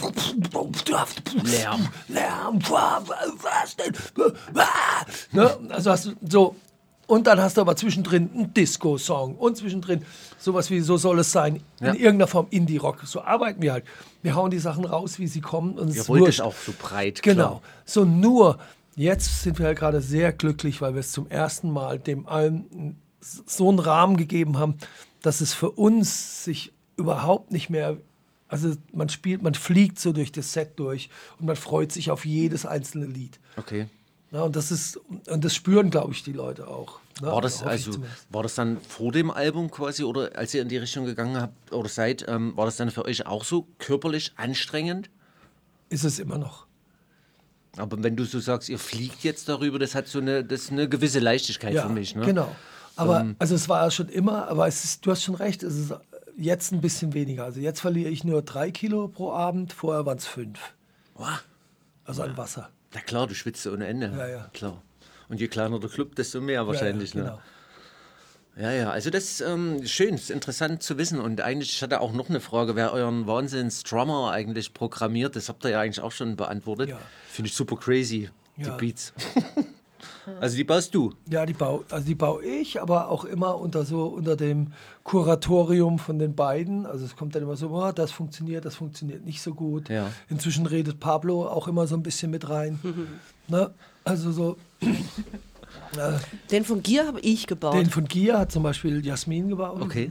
Lärm, was denn? Ne? Also hast du so. Und dann hast du aber zwischendrin einen Disco-Song und zwischendrin sowas wie So soll es sein, in irgendeiner Form Indie-Rock. So arbeiten wir halt. Wir hauen die Sachen raus, wie sie kommen. Und Ihr wollt es auch so breit, genau. klar. So nur, jetzt sind wir halt gerade sehr glücklich, weil wir es zum ersten Mal dem allem so einen Rahmen gegeben haben, dass es für uns sich überhaupt nicht mehr, also man fliegt so durch das Set durch und man freut sich auf jedes einzelne Lied. Okay. Ja, und das spüren, glaube ich, die Leute auch. Ne? War das Hoffe ich zumindest. war das dann vor dem Album quasi oder als ihr in die Richtung gegangen habt oder seid, war das dann für euch auch so körperlich anstrengend? Ist es immer noch. Aber wenn du so sagst, ihr fliegt jetzt darüber, das ist eine gewisse Leichtigkeit für mich. Ne? Genau. Aber also es war ja schon immer, aber du hast schon recht, es ist jetzt ein bisschen weniger. Also jetzt verliere ich nur 3 Kilo pro Abend, vorher waren es 5. Wow. Also an Wasser. Na klar, du schwitzt ohne Ende. Ja. Klar. Und je kleiner der Club, desto mehr wahrscheinlich. Ja, genau. Ne? Ja, also das ist schön, ist interessant zu wissen. Und eigentlich, ich hatte auch noch eine Frage, wer euren Wahnsinns-Drummer eigentlich programmiert, das habt ihr ja eigentlich auch schon beantwortet. Ja. Finde ich super crazy. Die Ja. Beats. Also die baust du. Ja, die baue ich, aber auch immer unter dem Kuratorium von den beiden. Also es kommt dann immer so, oh, das funktioniert nicht so gut. Ja. Inzwischen redet Pablo auch immer so ein bisschen mit rein. Ne? Also so. Den von Gier habe ich gebaut. Den von Gier hat zum Beispiel Jasmin gebaut. Okay.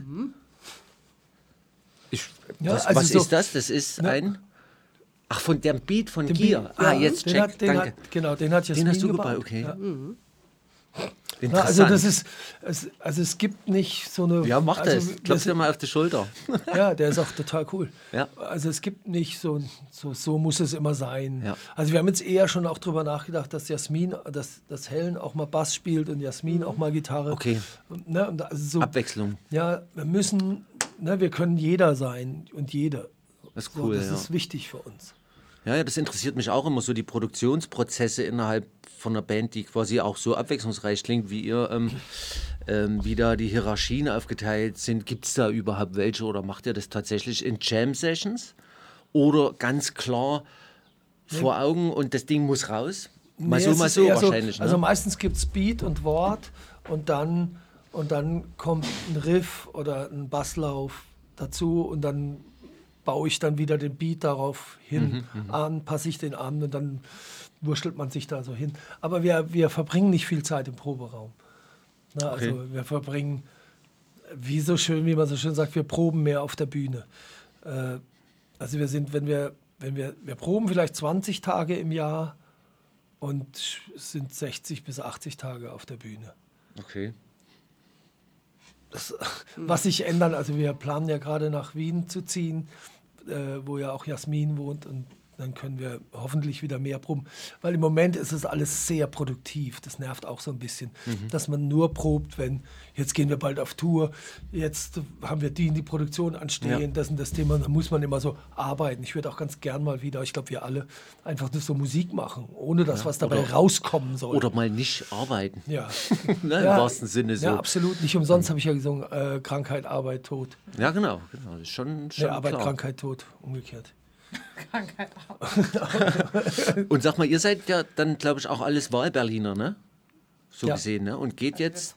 Ja, Was, also was so- ist das? Das ist Ne? ein... Ach, von dem Beat von Den Gier. Beat, Ah, ja, jetzt den check, hat, den danke. Hat, genau, den hat Jasmin Den hast du gebaut. gebaut, okay. Ja. Na, Interessant. also das ist, es gibt nicht so eine... Ja, mach also das. Klopf dir mal auf die Schulter. Ja, der ist auch total cool. Ja. Also es gibt nicht so muss es immer sein. Ja. Also wir haben jetzt eher schon auch drüber nachgedacht, dass Jasmin, dass Helen auch mal Bass spielt und Jasmin auch mal Gitarre. Okay. Ne, und also so, Abwechslung. ja, wir können jeder sein und jede. Das ist So, cool, das ja. ist wichtig für uns. Ja, das interessiert mich auch immer, so die Produktionsprozesse innerhalb von einer Band, die quasi auch so abwechslungsreich klingt, wie ihr, wie da die Hierarchien aufgeteilt sind. Gibt es da überhaupt welche oder macht ihr das tatsächlich in Jam-Sessions? Oder ganz klar vor Augen und das Ding muss raus? Mal Nee, so, es mal ist so eher wahrscheinlich. Also Ne? meistens gibt es Beat und Wort und dann kommt ein Riff oder ein Basslauf dazu und dann baue ich dann wieder den Beat darauf hin an, passe ich den an und dann wurschtelt man sich da so hin. Aber wir verbringen nicht viel Zeit im Proberaum. Na, also Okay. wir verbringen, wie man so schön sagt, wir proben mehr auf der Bühne. Also wir sind, wenn wir proben vielleicht 20 Tage im Jahr und sind 60 bis 80 Tage auf der Bühne. Okay. Was sich ändern, also wir planen ja gerade nach Wien zu ziehen, wo ja auch Jasmin wohnt und dann können wir hoffentlich wieder mehr proben. Weil im Moment ist es alles sehr produktiv. Das nervt auch so ein bisschen, dass man nur probt, wenn jetzt gehen wir bald auf Tour, jetzt haben wir die Produktion anstehen, Ja. das und das Thema. Da muss man immer so arbeiten. Ich würde auch ganz gern mal wieder, ich glaube wir alle, einfach nur so Musik machen, ohne dass was dabei rauskommen soll. Oder mal nicht arbeiten. ja. Ne, im wahrsten Sinne so. Ja, absolut. Nicht umsonst habe ich ja gesungen, Krankheit, Arbeit, Tod. Ja, genau. Das ist schon Ja, Arbeit, klar. Krankheit, Tod, umgekehrt. Krankheit auch. Und sag mal, ihr seid ja dann, glaube ich, auch alles Wahlberliner, ne? So Ja. gesehen, ne? Und geht jetzt,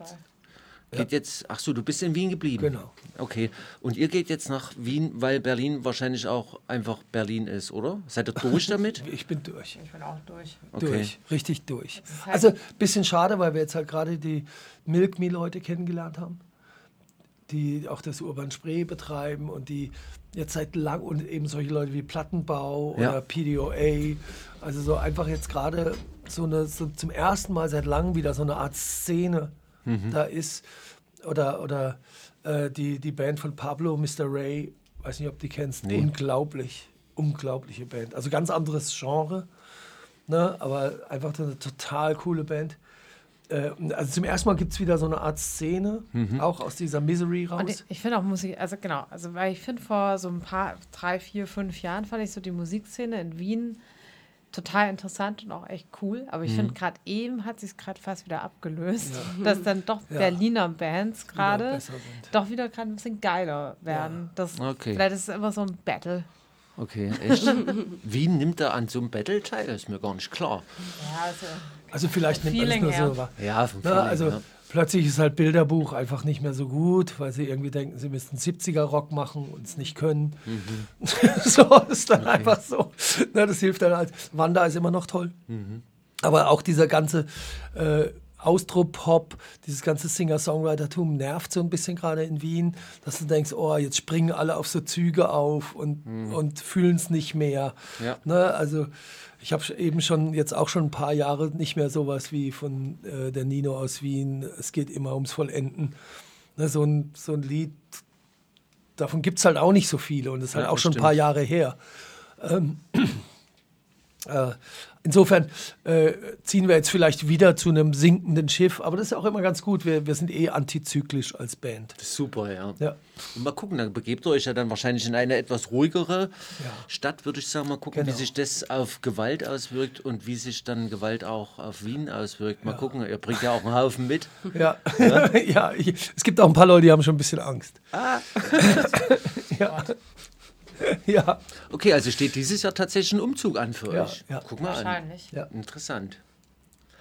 ach so, du bist in Wien geblieben. Genau. Okay. Und ihr geht jetzt nach Wien, weil Berlin wahrscheinlich auch einfach Berlin ist, oder? Seid ihr durch damit? Ich bin durch. Ich bin auch durch. Okay. Durch, richtig durch. ist halt- Also bisschen schade, weil wir jetzt halt gerade die Milk Me Leute kennengelernt haben, die auch das Urban Spree betreiben und die jetzt seit lang und eben solche Leute wie Plattenbau Ja. oder PDOA, also so einfach jetzt gerade so zum ersten Mal seit langem wieder so eine Art Szene da ist oder die Band von Pablo, Mr. Ray, weiß nicht, ob du die kennst, Nee. unglaubliche Band, also ganz anderes Genre, ne? Aber einfach so eine total coole Band. Also zum ersten Mal gibt es wieder so eine Art Szene, auch aus dieser Misery raus. Und ich finde auch Musik, also genau, weil ich finde vor so ein paar, 3, 4, 5 Jahren fand ich so die Musikszene in Wien total interessant und auch echt cool. Aber ich finde gerade eben hat sich gerade fast wieder abgelöst, dass dann doch Ja. Berliner Bands gerade besser sind. doch wieder gerade ein bisschen geiler werden. Das, Okay. Vielleicht ist es immer so ein Battle. Okay, echt? Wien nimmt da an so einem Battle teil? Das ist mir gar nicht klar. Ja, also Also vielleicht nimmt alles Feeling nur her. so wahr. Ja, vom Na, Feeling, also ja. plötzlich ist halt Bilderbuch einfach nicht mehr so gut, weil sie irgendwie denken, sie müssten 70er-Rock machen und es nicht können. So ist dann einfach so. Na, das hilft dann halt. Wanda ist immer noch toll. Aber auch dieser ganze Austro-Pop, dieses ganze Singer-Songwriter-Tum nervt so ein bisschen gerade in Wien, dass du denkst, oh, jetzt springen alle auf so Züge auf und fühlen es nicht mehr. Ja. Ne, also ich habe eben jetzt auch schon ein paar Jahre nicht mehr sowas wie von der Nino aus Wien, es geht immer ums Vollenden. Ne, so ein Lied, davon gibt es halt auch nicht so viele und das ist halt Ja, auch das schon ein paar stimmt. Jahre her. Insofern ziehen wir jetzt vielleicht wieder zu einem sinkenden Schiff, aber das ist auch immer ganz gut. Wir sind antizyklisch als Band. Das ist super, ja. Ja. Und mal gucken, dann begebt ihr euch ja dann wahrscheinlich in eine etwas ruhigere Stadt, würde ich sagen. Mal gucken, Genau. wie sich das auf Gewalt auswirkt und wie sich dann Gewalt auch auf Wien auswirkt. Mal gucken, ihr bringt ja auch einen Haufen mit. Ja, ja es gibt auch ein paar Leute, die haben schon ein bisschen Angst. Ja. Ja. Okay, also steht dieses Jahr tatsächlich ein Umzug an für Ja, euch. ja. Guck mal an. wahrscheinlich. Ja. Interessant.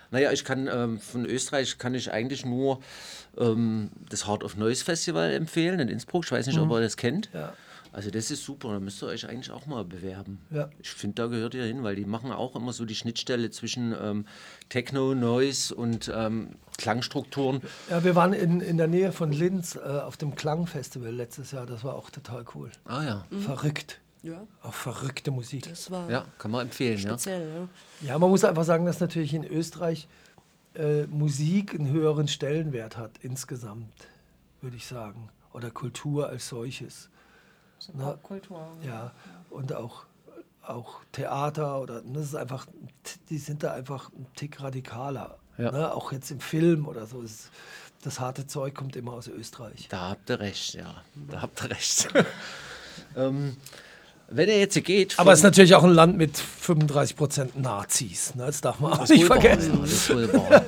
Naja, ich kann von Österreich kann ich eigentlich nur das Heart of Noise Festival empfehlen in Innsbruck. Ich weiß nicht, ob ihr das kennt. Ja. Also das ist super, da müsst ihr euch eigentlich auch mal bewerben. Ja. Ich finde, da gehört ihr hin, weil die machen auch immer so die Schnittstelle zwischen Techno, Noise und Klangstrukturen. Ja, wir waren in der Nähe von Linz auf dem Klangfestival letztes Jahr. Das war auch total cool. Ah ja. Verrückt. Ja, Auch verrückte Musik. das war Ja, kann man empfehlen, ja. speziell. Ja. Ja, man muss einfach sagen, dass natürlich in Österreich Musik einen höheren Stellenwert hat insgesamt, würde ich sagen. Oder Kultur als solches. So Na, Popkultur. Ja, und auch Theater oder das ist einfach, die sind da einfach ein Tick radikaler. Ja. Ne? Auch jetzt im Film oder so. Das harte Zeug kommt immer aus Österreich. Da habt ihr recht, ja. Da habt ihr recht. Wenn ihr jetzt geht... Aber es ist natürlich auch ein Land mit 35% Nazis. Ne? Das darf man auch nicht vergessen. Ja, das ist wohl wahr.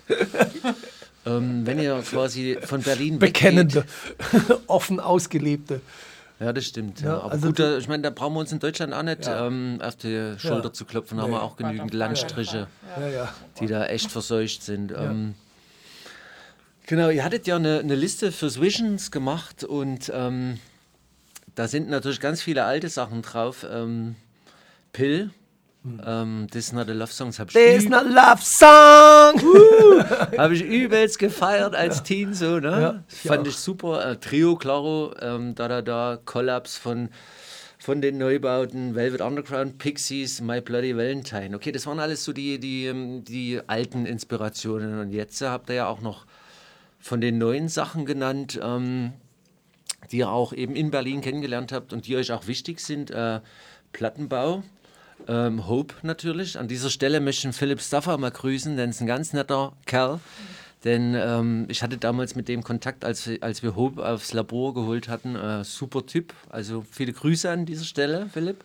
Wenn ihr quasi von Berlin Bekennende, offen ausgelebte. Ja, das stimmt. Ja. Ja, Aber also gut, ich meine, da brauchen wir uns in Deutschland auch nicht auf die Schulter zu klopfen. Da haben wir auch genügend Landstriche, Ja. die da echt verseucht sind. Genau, ihr hattet ja eine Liste fürs Visions gemacht und da sind natürlich ganz viele alte Sachen drauf. Pill, This Not a Love Song, habe There's not a love song! hab ich übelst gefeiert als Teen, so, ne? Ja, ich Fand auch. ich super. Trio, Claro, Kollaps von den Neubauten, Velvet Underground, Pixies, My Bloody Valentine. Okay, das waren alles so die alten Inspirationen. Und jetzt habt ihr ja auch noch von den neuen Sachen genannt, die ihr auch eben in Berlin kennengelernt habt und die euch auch wichtig sind. Plattenbau, Hope natürlich. An dieser Stelle möchte ich Philipp Staffer mal grüßen, denn es ist ein ganz netter Kerl. Denn ich hatte damals mit dem Kontakt, als wir Hope aufs Labor geholt hatten. Super Typ. Also viele Grüße an dieser Stelle, Philipp.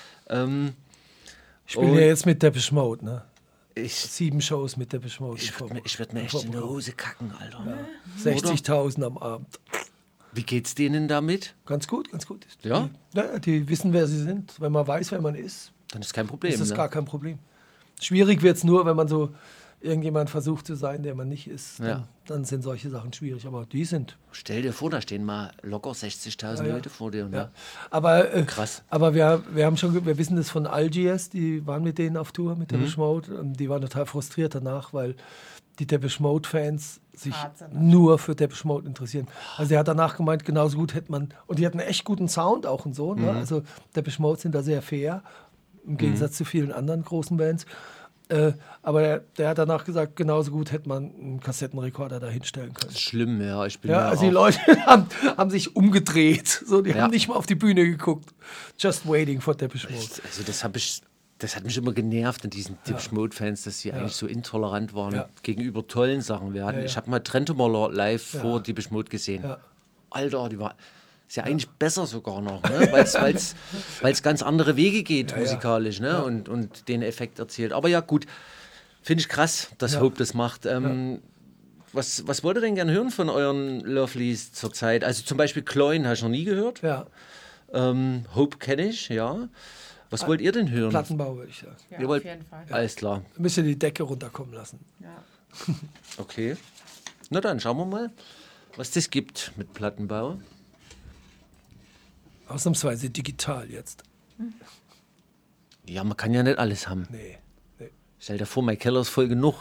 Ich spiele ja jetzt mit Depeche Mode, ne? Ich 7 Shows mit Depeche Mode. Ich würd mir echt in die Hose kacken, Alter. 60.000 am Abend. Wie geht's denen damit? Ganz gut, ganz gut. Ja? Die wissen, wer sie sind. Wenn man weiß, wer man ist, Dann ist kein Problem. ist das Ne? gar kein Problem. Schwierig wird es nur, wenn man so irgendjemand versucht zu sein, der man nicht ist. Dann sind solche Sachen schwierig. Aber die sind. Stell dir vor, da stehen mal locker 60.000 Leute vor dir. Ne? Ja. Aber, Krass. Aber wir wissen das von Algiers, die waren mit denen auf Tour, mit Depeche Mode. Und die waren total frustriert danach, weil die Depeche Mode-Fans sich nur für Depeche Mode interessieren. Also er hat danach gemeint, genauso gut hätte man, und die hatten einen echt guten Sound auch und so. Ne? Also Depeche Mode sind da sehr fair, im Gegensatz zu vielen anderen großen Bands. Aber der hat danach gesagt, genauso gut hätte man einen Kassettenrekorder da hinstellen können. Schlimm, ja. Ich bin Ja, also die Leute haben sich umgedreht. So, die haben nicht mal auf die Bühne geguckt. Just waiting for Depeche Mode. Also das hat mich immer genervt an diesen Depeche Mode-Fans, dass sie eigentlich so intolerant waren gegenüber tollen Sachen. Ich habe mal Trentemöller live vor Depeche Mode gesehen. Ja. Alter, die war... Ist ja eigentlich besser sogar noch, ne? Weil es ganz andere Wege geht musikalisch, ne? Und den Effekt erzielt. Aber ja, gut, finde ich krass, dass Hope das macht. Was wollt ihr denn gerne hören von euren Lovelies zurzeit? Also zum Beispiel Cloyne habe ich noch nie gehört. Ja, Hope kenne ich, ja. Was wollt ihr denn hören? Plattenbau würde ich sagen. Ja, Ihr auf wollt- jeden Fall. Alles klar, Ein bisschen die Decke runterkommen lassen. Ja. okay. Na dann, schauen wir mal, was das gibt mit Plattenbau. Ausnahmsweise digital jetzt. Ja, man kann ja nicht alles haben. Nee. Stell dir vor, mein Keller ist voll genug.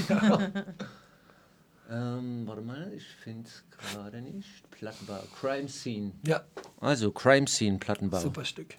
Warte mal, ich finde es gerade nicht. Plattenbau, Crime Scene. Ja, Also, Crime Scene, Plattenbau. super Stück.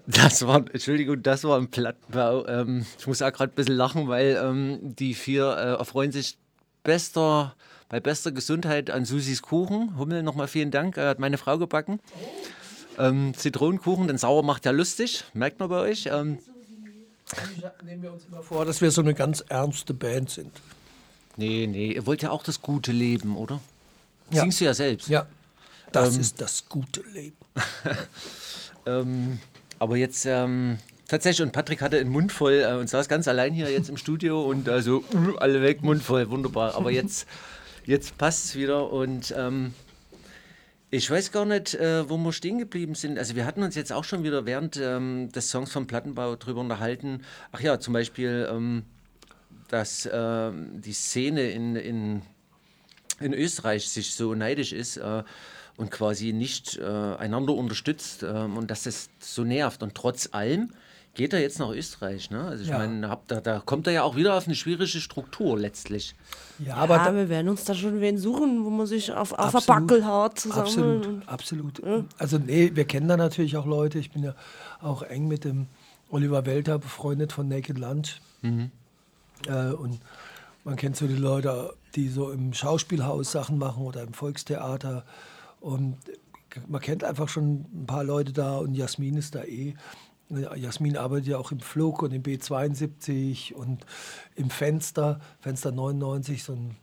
Das war ein Plattenbau. Ich muss auch gerade ein bisschen lachen, weil die 4 erfreuen sich bei bester Gesundheit an Susis Kuchen. Hummel, nochmal vielen Dank, hat meine Frau gebacken. Zitronenkuchen, denn sauer macht ja lustig, merkt man bei euch. Nehmen wir uns immer vor, dass wir so eine ganz ernste Band sind. Nee, ihr wollt ja auch das gute Leben, oder? Ja. Singst du ja selbst. Ja, das ist das gute Leben. Aber jetzt tatsächlich, und Patrick hatte einen Mund voll und saß ganz allein hier jetzt im Studio und also alle weg, Mund voll, wunderbar. Aber jetzt passt es wieder und ich weiß gar nicht, wo wir stehen geblieben sind. Also wir hatten uns jetzt auch schon wieder während des Songs vom Plattenbau drüber unterhalten. Ach ja, zum Beispiel, dass die Szene in Österreich sich so neidisch ist und quasi nicht einander unterstützt und dass das so nervt. Und trotz allem geht er jetzt nach Österreich. Ne? Also ich meine, da kommt er ja auch wieder auf eine schwierige Struktur letztlich. Ja, aber wir werden uns da schon wen suchen, wo man sich auf der Backel haut zusammen. Absolut. Also nee, wir kennen da natürlich auch Leute. Ich bin ja auch eng mit dem Oliver Welter befreundet von Naked Lunch. Und man kennt so die Leute, die so im Schauspielhaus Sachen machen oder im Volkstheater. Und man kennt einfach schon ein paar Leute da und Jasmin ist da eh. Jasmin arbeitet ja auch im Flug und im B72 und im Fenster 99, so ein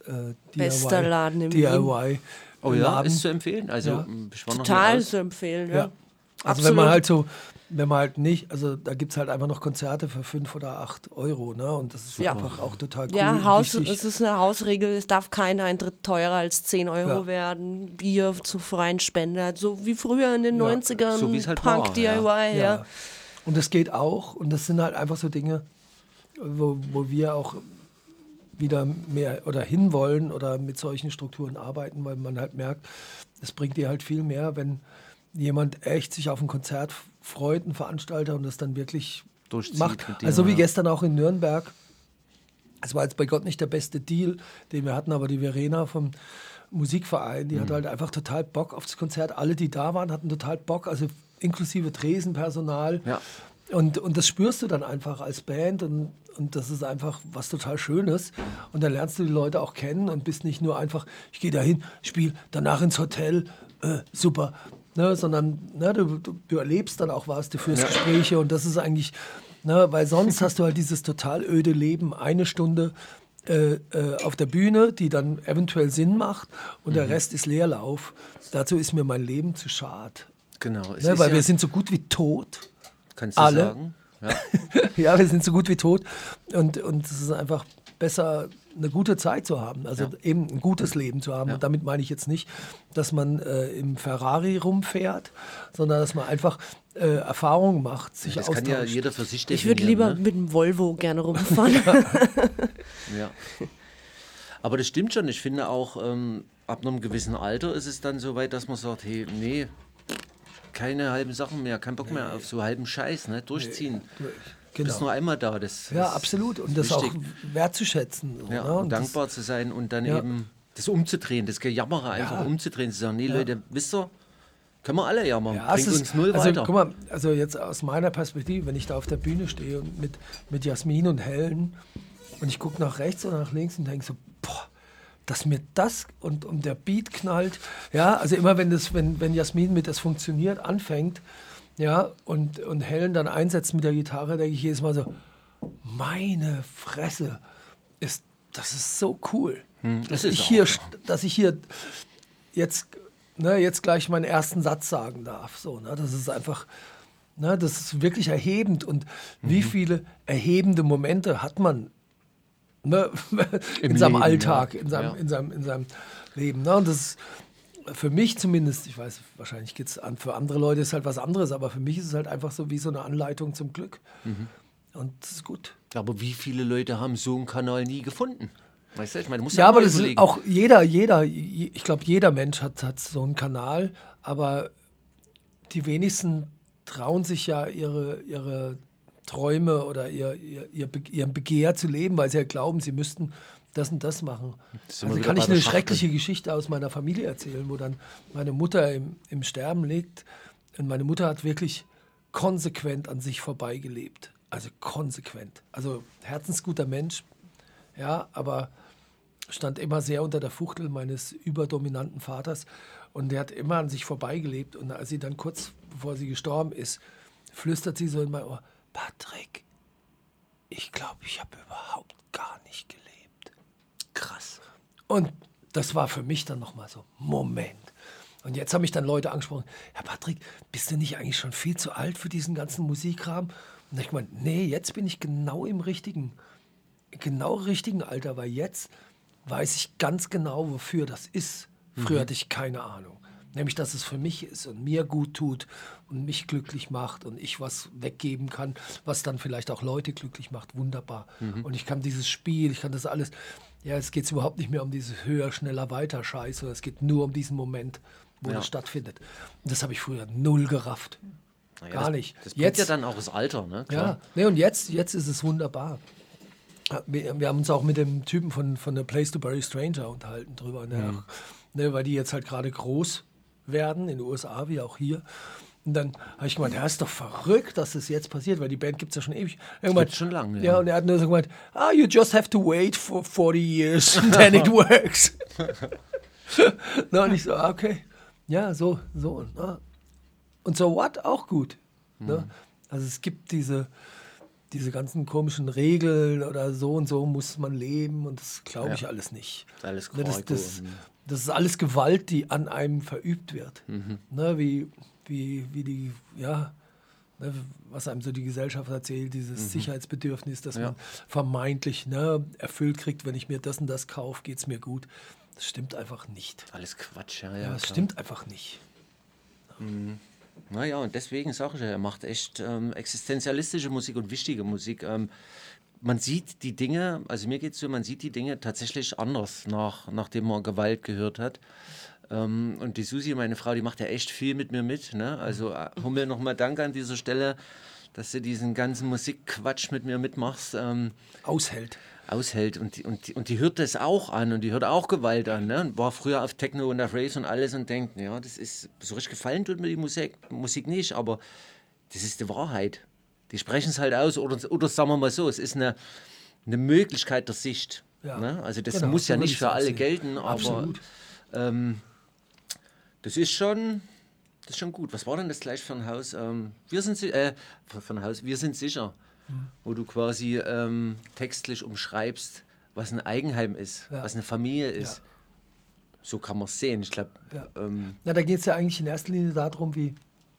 Bester Laden im DIY. Oh ja, Laden. ist zu empfehlen. Also Ja. ich war noch Total nie aus. zu empfehlen, Ja. ja. Also wenn man halt nicht, also da gibt es halt einfach noch Konzerte für 5 oder 8 Euro, ne? Und das ist Ja. einfach auch total cool. Ja, und es wichtig. ist eine Hausregel, es darf kein Eintritt teurer als 10 Euro Ja. werden, Bier zu freien Spender, so wie früher in den 90ern, so wie es halt Punk, war, DIY, ja. Und das geht auch. Und das sind halt einfach so Dinge, wo wir auch wieder mehr oder hinwollen oder mit solchen Strukturen arbeiten, weil man halt merkt, es bringt dir halt viel mehr, wenn jemand echt sich auf ein Konzert freut, ein Veranstalter, und das dann wirklich Durchzieht macht. mit dir, Also wie ja. gestern auch in Nürnberg. Es war jetzt bei Gott nicht der beste Deal, den wir hatten, aber die Verena vom Musikverein, die hatte halt einfach total Bock auf das Konzert. Alle, die da waren, hatten total Bock, also inklusive Tresenpersonal. Ja. Und das spürst du dann einfach als Band und das ist einfach was total Schönes. Und dann lernst du die Leute auch kennen und bist nicht nur einfach, ich gehe dahin, spiele, danach ins Hotel, super. Ne, sondern du erlebst dann auch was, du führst Gespräche und das ist eigentlich, weil sonst hast du halt dieses total öde Leben, eine Stunde auf der Bühne, die dann eventuell Sinn macht und der Rest ist Leerlauf. Dazu ist mir mein Leben zu schad. Genau. Es Ne, ist weil ja, wir sind so gut wie tot. kannst du alle. sagen. Ja. Ja, wir sind so gut wie tot und es ist einfach besser, eine gute Zeit zu haben, also eben ein gutes Leben zu haben. Ja. Und damit meine ich jetzt nicht, dass man im Ferrari rumfährt, sondern dass man einfach Erfahrungen macht, sich Das austauscht. kann ja jeder für sich Ich würde definieren, lieber ne? mit dem Volvo gerne rumfahren. Ja. Aber das stimmt schon. Ich finde auch, ab einem gewissen Alter ist es dann so weit, dass man sagt, hey, nee, keine halben Sachen mehr, kein Bock mehr auf so halben Scheiß, ne? Durchziehen. Du bist nur einmal da. Das Ja, ist absolut. Und das wichtig. auch wertzuschätzen. So, Ja, ne? und Und dankbar zu sein und dann Ja. eben das umzudrehen, das Gejammere einfach umzudrehen, zu sagen, nee Leute, wisst ihr, können wir alle jammern, Ja, bringt es ist, uns null also, weiter. Guck mal, also jetzt aus meiner Perspektive, wenn ich da auf der Bühne stehe und mit Jasmin und Helen und ich gucke nach rechts und nach links und denke so, boah, dass mir das und der Beat knallt. Ja, also immer wenn Jasmin mit das funktioniert anfängt, ja, und Helen dann einsetzt mit der Gitarre, denke ich jedes Mal so, meine Fresse, das ist so cool. das Dass ist ich auch, hier, ja. dass ich hier jetzt gleich meinen ersten Satz sagen darf. So, ne? Das ist einfach, das ist wirklich erhebend. Und wie viele erhebende Momente hat man in seinem Leben, Alltag, ja. in seinem Leben. Ne? Und das ist für mich zumindest, ich weiß, wahrscheinlich geht es für andere Leute ist halt was anderes, aber für mich ist es halt einfach so wie so eine Anleitung zum Glück. Und das ist gut. Aber wie viele Leute haben so einen Kanal nie gefunden? Weißt du, ich meine, du musst Ja, aber mal das ist überlegen. auch ich glaube, jeder Mensch hat so einen Kanal, aber die wenigsten trauen sich ja ihre Träume oder ihren Begehr zu leben, weil sie ja glauben, sie müssten das und das machen. sind wir Also wieder kann bei ich der eine Schachtel. schreckliche Geschichte aus meiner Familie erzählen, wo dann meine Mutter im Sterben liegt und meine Mutter hat wirklich konsequent an sich vorbeigelebt. Also konsequent. Also herzensguter Mensch, ja, aber stand immer sehr unter der Fuchtel meines überdominanten Vaters und der hat immer an sich vorbeigelebt. Und als sie dann kurz bevor sie gestorben ist, flüstert sie so in mein Ohr, Patrick, ich glaube, ich habe überhaupt gar nicht gelebt. Krass. Und das war für mich dann nochmal so, Moment. Und jetzt haben mich dann Leute angesprochen, Herr Patrick, bist du nicht eigentlich schon viel zu alt für diesen ganzen Musikkram? Und ich meine, nee, jetzt bin ich genau richtigen Alter, weil jetzt weiß ich ganz genau, wofür das ist. Früher hatte ich keine Ahnung. Nämlich, dass es für mich ist und mir gut tut und mich glücklich macht und ich was weggeben kann, was dann vielleicht auch Leute glücklich macht. Wunderbar. Und ich kann dieses Spiel, ich kann das alles, ja, es geht überhaupt nicht mehr um dieses höher, schneller, weiter Scheiß, sondern es geht nur um diesen Moment, wo das stattfindet. Und das habe ich früher null gerafft. Naja, Gar nicht. Das bringt ja dann auch das Alter, ne? Klar. Ja, nee, und jetzt ist es wunderbar. Wir haben uns auch mit dem Typen von A Place to Bury Stranger unterhalten drüber, ne, weil die jetzt halt gerade groß werden, in den USA wie auch hier. Und dann habe ich gemeint, ja, ist doch verrückt, dass das jetzt passiert, weil die Band gibt es ja schon ewig. Schon lange, ja. Und er hat nur so gemeint, you just have to wait for 40 years and then it works. Na, und ich so, okay, ja, so. Und so what? Auch gut. Ne? Also es gibt diese ganzen komischen Regeln oder so und so muss man leben und das glaube ich alles nicht. Alles das ist alles Gewalt, die an einem verübt wird. Ne, wie die, ja, ne, was einem so die Gesellschaft erzählt, dieses Sicherheitsbedürfnis, das man vermeintlich erfüllt kriegt, wenn ich mir das und das kaufe, geht es mir gut. Das stimmt einfach nicht. Alles Quatsch, ja. Das stimmt einfach nicht. Naja, und deswegen sage ich ja, er macht echt existenzialistische Musik und wichtige Musik. Man sieht die Dinge, also mir geht es so, man sieht die Dinge tatsächlich anders, nachdem man Gewalt gehört hat. Und die Susi, meine Frau, die macht ja echt viel mit mir mit. Ne? Also Hummel, nochmal Danke an dieser Stelle, dass du diesen ganzen Musikquatsch mit mir mitmachst. Aushält. Und die hört das auch an und die hört auch Gewalt an. Ne? Und war früher auf Techno und auf Race und alles und denkt, ja, das ist so richtig gefallen, tut mir die Musik nicht, aber das ist die Wahrheit. Die sprechen es halt aus oder sagen wir mal so, es ist eine Möglichkeit der Sicht. Ja. Ne? Also das muss ja nicht für alle gelten, aber das ist schon gut. Was war denn das gleich für ein Haus? Wir sind sicher. Wo du quasi textlich umschreibst, was ein Eigenheim ist, was eine Familie ist. Ja. So kann man es sehen. Ich glaube. Ja. Da geht es ja eigentlich in erster Linie darum, wie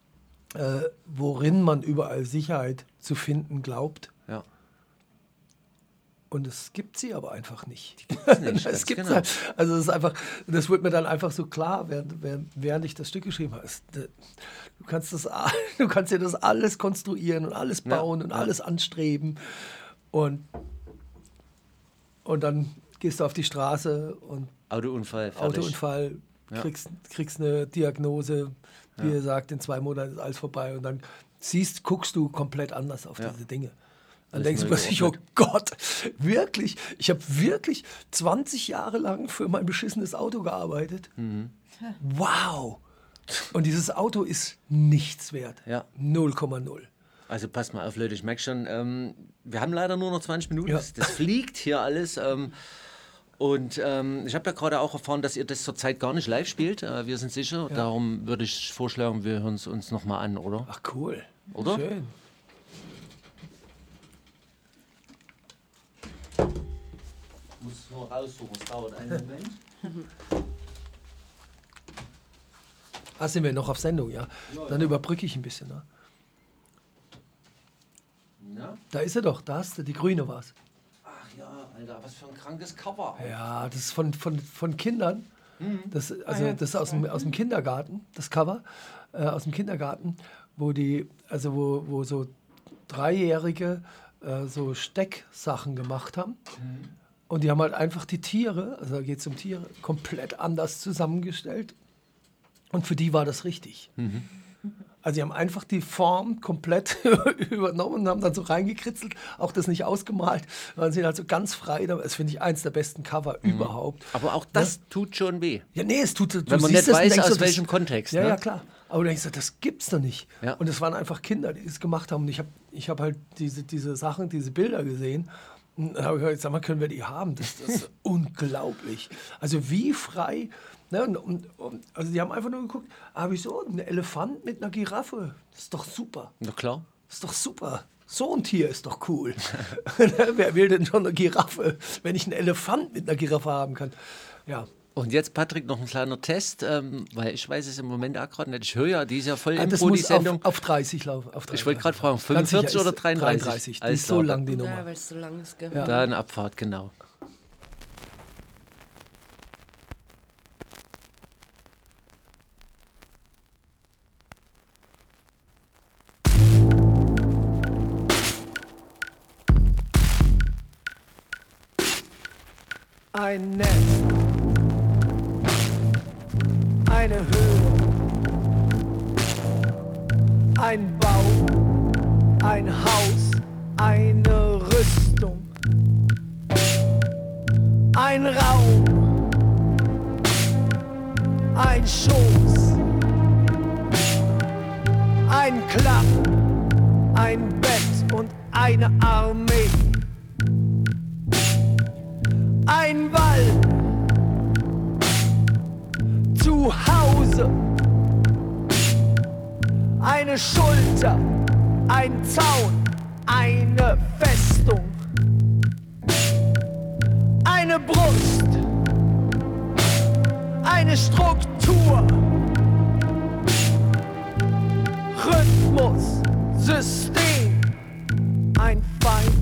worin man überall Sicherheit zu finden glaubt. Ja. Und es gibt sie aber einfach nicht. Die gibt's nicht. Es gibt genau. Also es ist einfach, das wird mir dann einfach so klar, während ich das Stück geschrieben habe. Du kannst dir das alles konstruieren und alles bauen und alles anstreben. Und dann gehst du auf die Straße und Autounfall, kriegst eine Diagnose, die dir sagt, in 2 Monaten ist alles vorbei. Und dann guckst du komplett anders auf diese Dinge. Dann denkst du plötzlich, oh Gott, wirklich? Ich habe wirklich 20 Jahre lang für mein beschissenes Auto gearbeitet. Wow! Und dieses Auto ist nichts wert. Ja. 0,0. Also passt mal auf, Leute, ich merke schon, wir haben leider nur noch 20 Minuten. Ja. Das fliegt hier alles. Und ich habe ja gerade auch erfahren, dass ihr das zurzeit gar nicht live spielt. Wir sind sicher. Ja. Darum würde ich vorschlagen, wir hören es uns nochmal an, oder? Ach cool. Oder? Schön. Ich muss nur raussuchen, es dauert einen Moment. Sind wir noch auf Sendung, ja? Dann überbrücke ich ein bisschen. Ne? Ja? Da ist er doch, da hast du, die grüne war's. Ach ja, Alter, was für ein krankes Cover. Ja, das ist von Kindern. Das ist aus dem Kindergarten, das Cover, aus dem Kindergarten, wo so 3-Jährige so Stecksachen gemacht haben. Und die haben halt einfach die Tiere, also da geht es um Tiere, komplett anders zusammengestellt. Und für die war das richtig. Also die haben einfach die Form komplett übernommen und haben dann so reingekritzelt, auch das nicht ausgemalt. Dann sind halt so ganz frei. Das finde ich eins der besten Cover überhaupt. Aber auch das tut schon weh. Ja, nee, es tut. Wenn man nicht weiß, aus welchem Kontext. Ja, ne? ja, klar. Aber du denkst, das gibt's doch nicht. Ja. Und es waren einfach Kinder, die es gemacht haben. Und ich hab halt diese Sachen, diese Bilder gesehen. Und dann habe ich gesagt, sag mal, können wir die haben? Das ist unglaublich. Also wie frei. Ne? Also die haben einfach nur geguckt, habe ich so einen Elefant mit einer Giraffe. Das ist doch super. Na klar. Das ist doch super. So ein Tier ist doch cool. Wer will denn schon eine Giraffe, wenn ich einen Elefant mit einer Giraffe haben kann? Ja. Und jetzt, Patrick, noch ein kleiner Test, weil ich weiß es im Moment auch gerade nicht. Ich höre ja, die ist ja voll Das Impro, die muss Sendung. auf 30 laufen. Ich wollte gerade fragen, 45 oder 33? 33, die Alles ist so klar. lang, die Nummer. Ja, weil es so lang ist, gell? Ja. Da eine Abfahrt, genau. Ein Nest, eine Höhle, ein Baum, ein Haus, eine Rüstung, ein Raum, ein Schoß, ein Klapp, ein Bett und eine Armee. Ein Wald, zu Hause, eine Schulter, ein Zaun, eine Festung, eine Brust, eine Struktur, Rhythmus, System, ein Feind.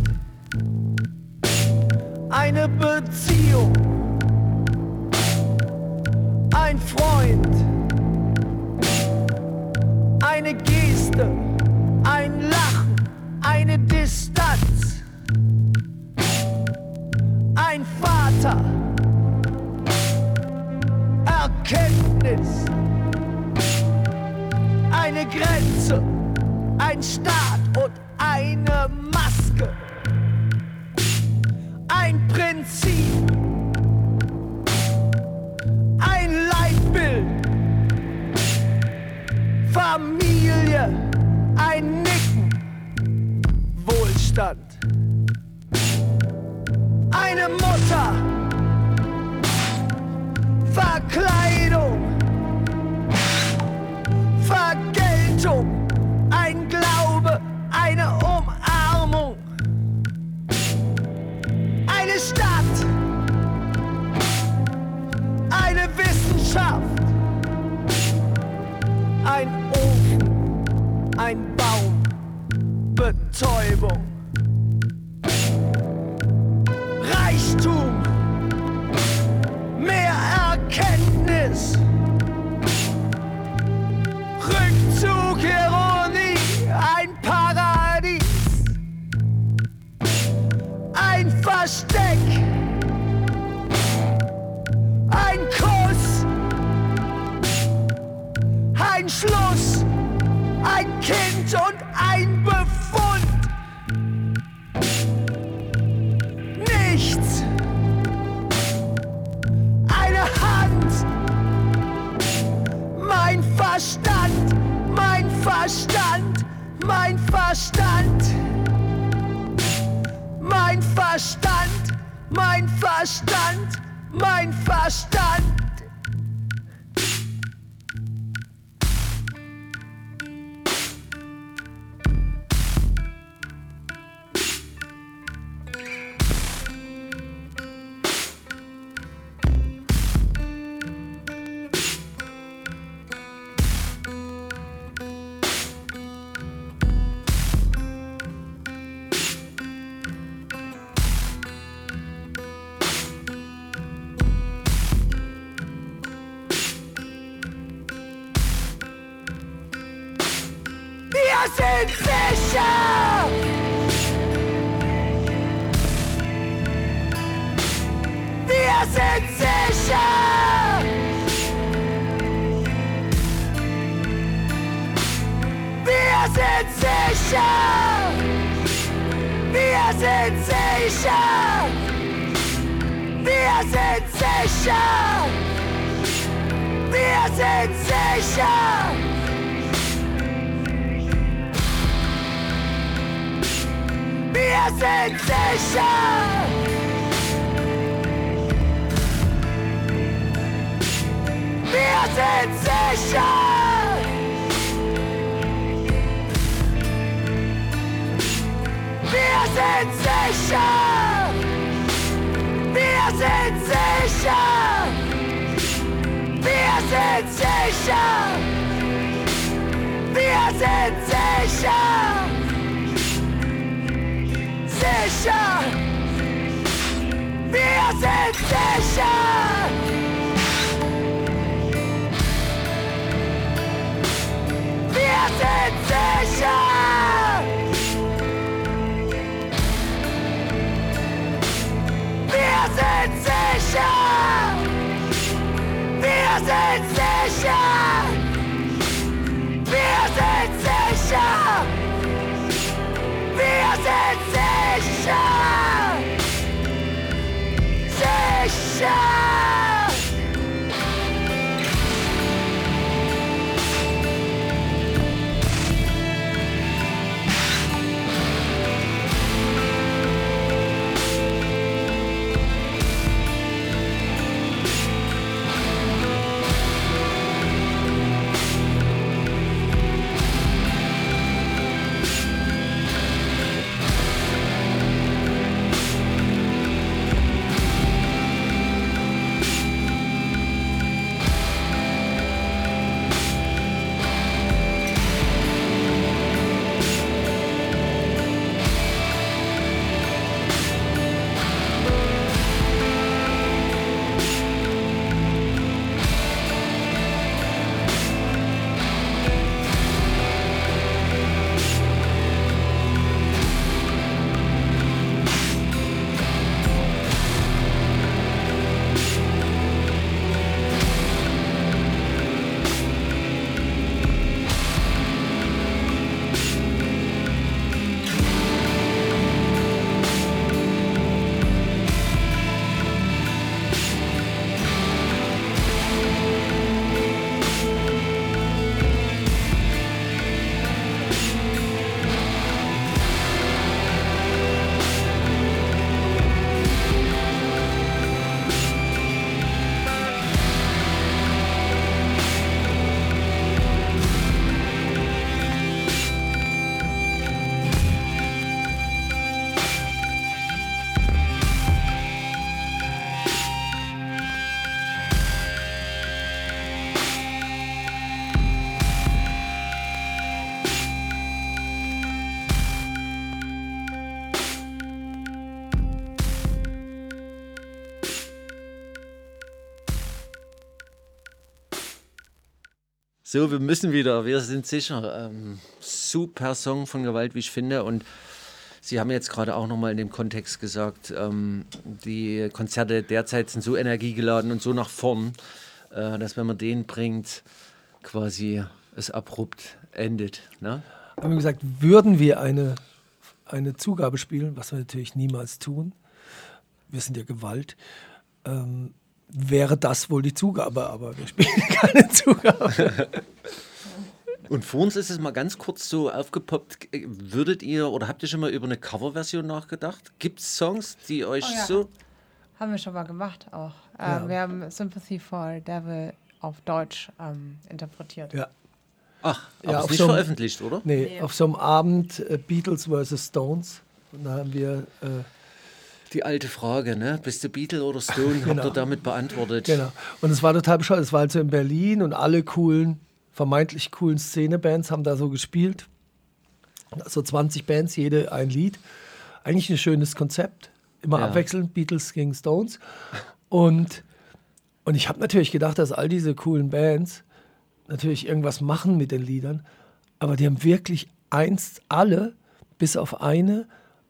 Eine Beziehung, ein Freund, eine Geste, ein Lachen, eine Distanz, ein Vater, Erkenntnis, eine Grenze, ein Staat und eine Maske. Ein Prinzip, ein Leitbild, Familie, ein Nicken, Wohlstand, eine Mutter, Verkleidung, Vergeltung, ein Glaube, eine Umarmung. Eine Stadt, eine Wissenschaft, ein Ofen, ein Baum, Betäubung, Reichtum, mehr Erkenntnis, Rückzug, Ironie, ein Paradies. Ein Versteck, ein Kuss, ein Schluss, ein Kind und ein Befund. Nichts, eine Hand, mein Verstand, mein Verstand, mein Verstand. Mein Verstand, mein Verstand, mein Verstand. Wir sind sicher! Wir sind sicher! Wir sind sicher! Wir sind sicher! Wir sind sicher! Wir sind sicher! sind sicher. Wir sind sicher. Wir sind sicher. Wir sind sicher. Wir sind sicher. Wir sind sicher. Sicher. Wir sind sicher. Wir sind sicher. Wir sind sicher. Wir sind sicher. Wir sind sicher. Wir sind sicher. Sicher. So, wir müssen wieder, wir sind sicher. Super Song von Gewalt, wie ich finde. Und Sie haben jetzt gerade auch nochmal in dem Kontext gesagt, die Konzerte derzeit sind so energiegeladen und so nach vorn, dass wenn man den bringt, quasi es abrupt endet. Ne? Haben wir gesagt, würden wir eine Zugabe spielen, was wir natürlich niemals tun, wir sind ja Gewalt, wäre das wohl die Zugabe, aber wir spielen keine Zugabe. Und vor uns ist es mal ganz kurz so aufgepoppt, würdet ihr oder habt ihr schon mal über eine Coverversion nachgedacht? Gibt es Songs, die euch so... Haben wir schon mal gemacht auch. Wir haben Sympathy for Devil auf Deutsch interpretiert. Ja. Ach, aber ist nicht veröffentlicht, oder? Nee, auf so einem Abend Beatles vs. Stones. Und da haben wir... die alte Frage, ne? Bist du Beatle oder Stone? Habt ihr damit beantwortet. Genau. Und es war total bescheuert. Es war halt so in Berlin und alle vermeintlich coolen Szenebands haben da so gespielt. So 20 Bands, jede ein Lied. Eigentlich ein schönes Konzept. Immer abwechselnd, Beatles gegen Stones. Und ich habe natürlich gedacht, dass all diese coolen Bands natürlich irgendwas machen mit den Liedern. Aber die haben wirklich alle, bis auf eine,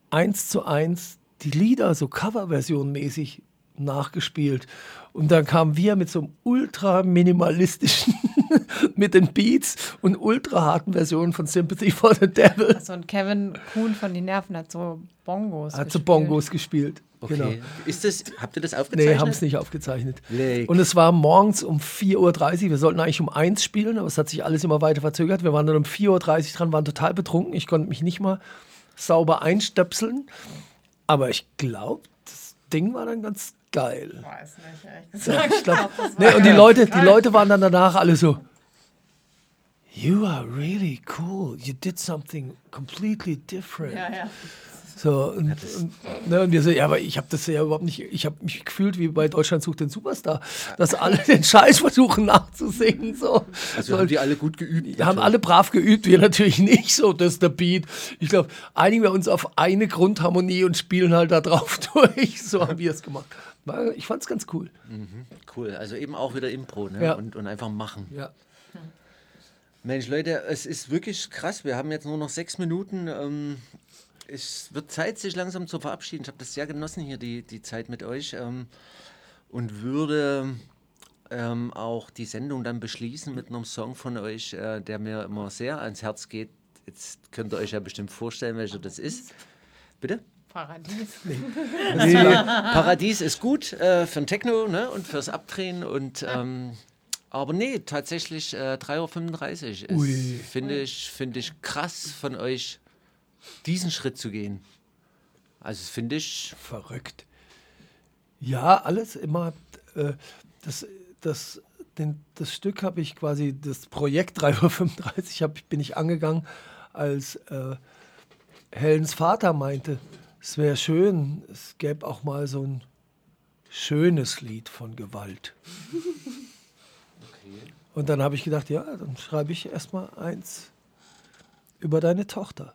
1:1 die Lieder so Coverversion-mäßig nachgespielt. Und dann kamen wir mit so einem ultra minimalistischen, mit den Beats und ultra harten Versionen von Sympathy for the Devil. Also und Kevin Kuhn von Die Nerven hat so Bongos gespielt. Hat so Bongos gespielt. Okay. Genau. Habt ihr das aufgezeichnet? Nee, haben es nicht aufgezeichnet. Leck. Und es war morgens um 4:30 Uhr. Wir sollten eigentlich um 1 spielen, aber es hat sich alles immer weiter verzögert. Wir waren dann um 4:30 Uhr dran, waren total betrunken. Ich konnte mich nicht mal sauber einstöpseln. Aber ich glaube, das Ding war dann ganz geil. Weiß nicht, ehrlich Ja, gesagt. ich glaub, das war ne, und die geil. Leute waren dann danach alle so, you are really cool. You did something completely different. Ja. So, und wir so, ja, aber ich habe das ja überhaupt nicht, ich habe mich gefühlt wie bei Deutschland sucht den Superstar, dass alle den Scheiß versuchen nachzusingen. So. Also haben die alle gut geübt. Die haben alle brav geübt, wir natürlich nicht so, das ist der Beat. Ich glaube, einigen wir uns auf eine Grundharmonie und spielen halt da drauf durch. So haben wir es gemacht. Ich fand es ganz cool. Cool, also eben auch wieder Impro, ne? Ja. Und einfach machen. Ja. Mensch, Leute, es ist wirklich krass. Wir haben jetzt nur noch 6 Minuten. Es wird Zeit, sich langsam zu verabschieden. Ich habe das sehr genossen hier, die Zeit mit euch. Und würde auch die Sendung dann beschließen mit einem Song von euch, der mir immer sehr ans Herz geht. Jetzt könnt ihr euch ja bestimmt vorstellen, welcher das ist. Bitte? Paradies. Paradies ist gut für den Techno, ne? Und fürs Abdrehen. Und, aber nee, tatsächlich 3:35 Uhr finde ich krass von euch, diesen Schritt zu gehen. Also finde ich verrückt. Ja, alles immer. Das Stück habe ich quasi, das Projekt 3:35 Uhr bin ich angegangen, als Helens Vater meinte, es wäre schön, es gäbe auch mal so ein schönes Lied von Gewalt. Und dann habe ich gedacht, ja, dann schreibe ich erstmal eins über deine Tochter.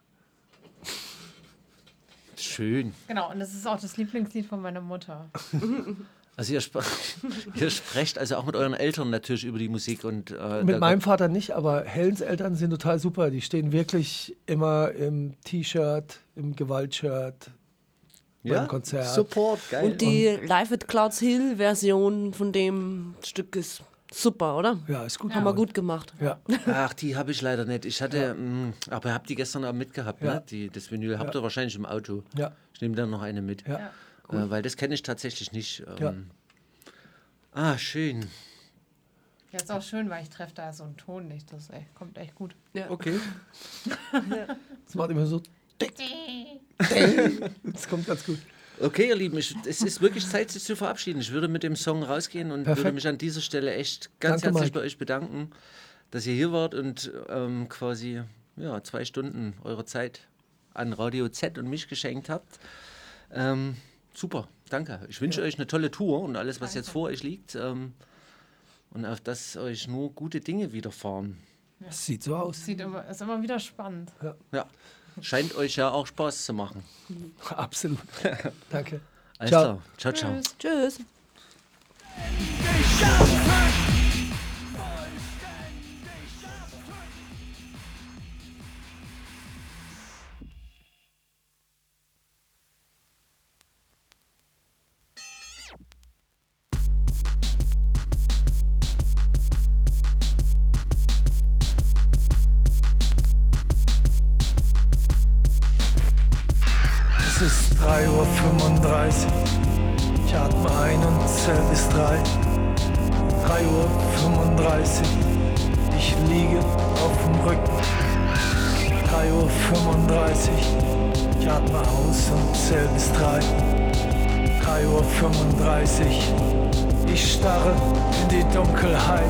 schön. Genau, und das ist auch das Lieblingslied von meiner Mutter. Also ihr sprecht also auch mit euren Eltern natürlich über die Musik. Und mit meinem Vater nicht, aber Helens Eltern sind total super. Die stehen wirklich immer im T-Shirt, im Gewaltshirt beim Konzert. Support, geil. Und die Live at Clouds Hill Version von dem Stück ist super, oder? Ja, ist gut. Haben wir gut gemacht. Ja. Ach, die habe ich leider nicht. Ich hatte, aber ihr habt die gestern Abend mitgehabt, Ja. ne? Das Vinyl habt ihr wahrscheinlich im Auto. Ja. Ich nehme dann noch eine mit. Ja. Weil das kenne ich tatsächlich nicht. Ja. Schön. Ja, ist auch schön, weil ich treffe da so einen Ton nicht. Das kommt echt gut. Ja. Okay. Das macht immer so. Das kommt ganz gut. Okay, ihr Lieben, es ist wirklich Zeit, sich zu verabschieden. Ich würde mit dem Song rausgehen und Perfekt. würde mich an dieser Stelle echt ganz Danke, herzlich Mike. bei euch bedanken, dass ihr hier wart und quasi 2 Stunden eure Zeit an Radio Z und mich geschenkt habt. Super, danke. Ich wünsche euch eine tolle Tour und alles, was jetzt vor euch liegt. Und auf das euch nur gute Dinge widerfahren. Sieht so aus. Ist immer wieder spannend. Ja, scheint euch ja auch Spaß zu machen. Absolut. Danke. Alles Ciao. klar. Ciao, ciao. Tschüss. Es ist 3:35 Uhr. Ich atme ein und zähl bis 3. 3:35 Uhr. Ich liege auf dem Rücken. 3:35 Uhr. Ich atme aus und zähl bis 3. 3:35 Uhr. Ich starre in die Dunkelheit.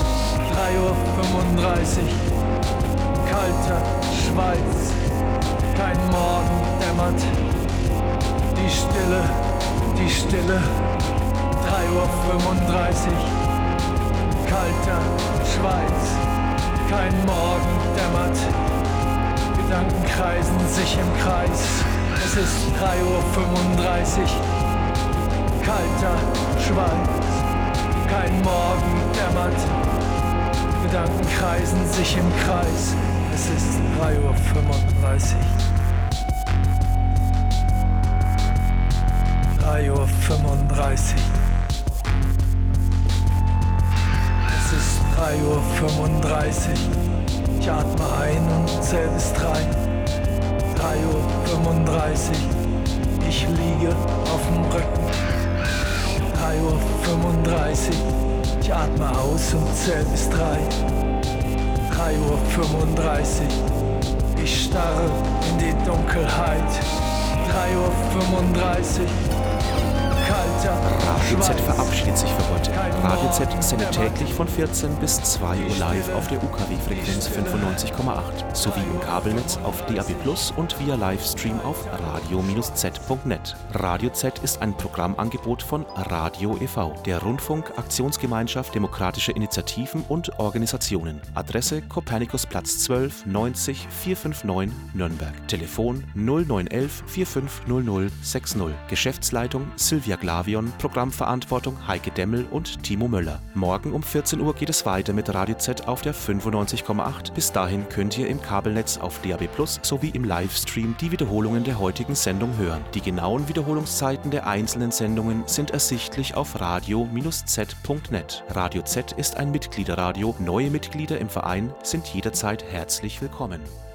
3:35 Uhr. Kalter Schweiß. Kein Morgen dämmert. Die Stille. 3:35 Uhr. Kalter Schweiß. Kein Morgen dämmert. Gedanken kreisen sich im Kreis. Es ist 3:35 Uhr. Kalter Schweiß. Kein Morgen dämmert. Gedanken kreisen sich im Kreis. Es ist 3:35 Uhr. 3:35 Uhr. Es ist 3:35 Uhr. Ich atme ein und zähl bis 3. 3:35 Uhr. Ich liege auf dem Rücken. 3:35 Uhr. Ich atme aus und zähl bis 3. 3:35 Uhr. Ich starre in die Dunkelheit. Dunkelheit, 3:35 Uhr. Kalter Radio Z Schweiß. verabschiedet sich für heute. Kein Radio Z Morgen sendet der täglich von 14 bis 2 Uhr live auf der UKW-Frequenz 95,8 sowie im Kabelnetz auf DAB+ und via Livestream auf radio-z.net. Radio Z ist ein Programmangebot von Radio e.V., der Rundfunk-Aktionsgemeinschaft demokratischer Initiativen und Organisationen. Adresse Kopernikusplatz 12 90 459 Nürnberg. Telefon 0911 4500 60. Geschäftsleitung Silvia Glavion, Programmverantwortung Heike Demmel und Timo Möller. Morgen um 14 Uhr geht es weiter mit Radio Z auf der 95,8. Bis dahin könnt ihr im Kabelnetz auf DAB+ sowie im Livestream die Wiederholungen der heutigen Sendung hören. Die genauen Wiederholungszeiten der einzelnen Sendungen sind ersichtlich auf radio-z.net. Radio Z ist ein Mitgliederradio. Neue Mitglieder im Verein sind jederzeit herzlich willkommen.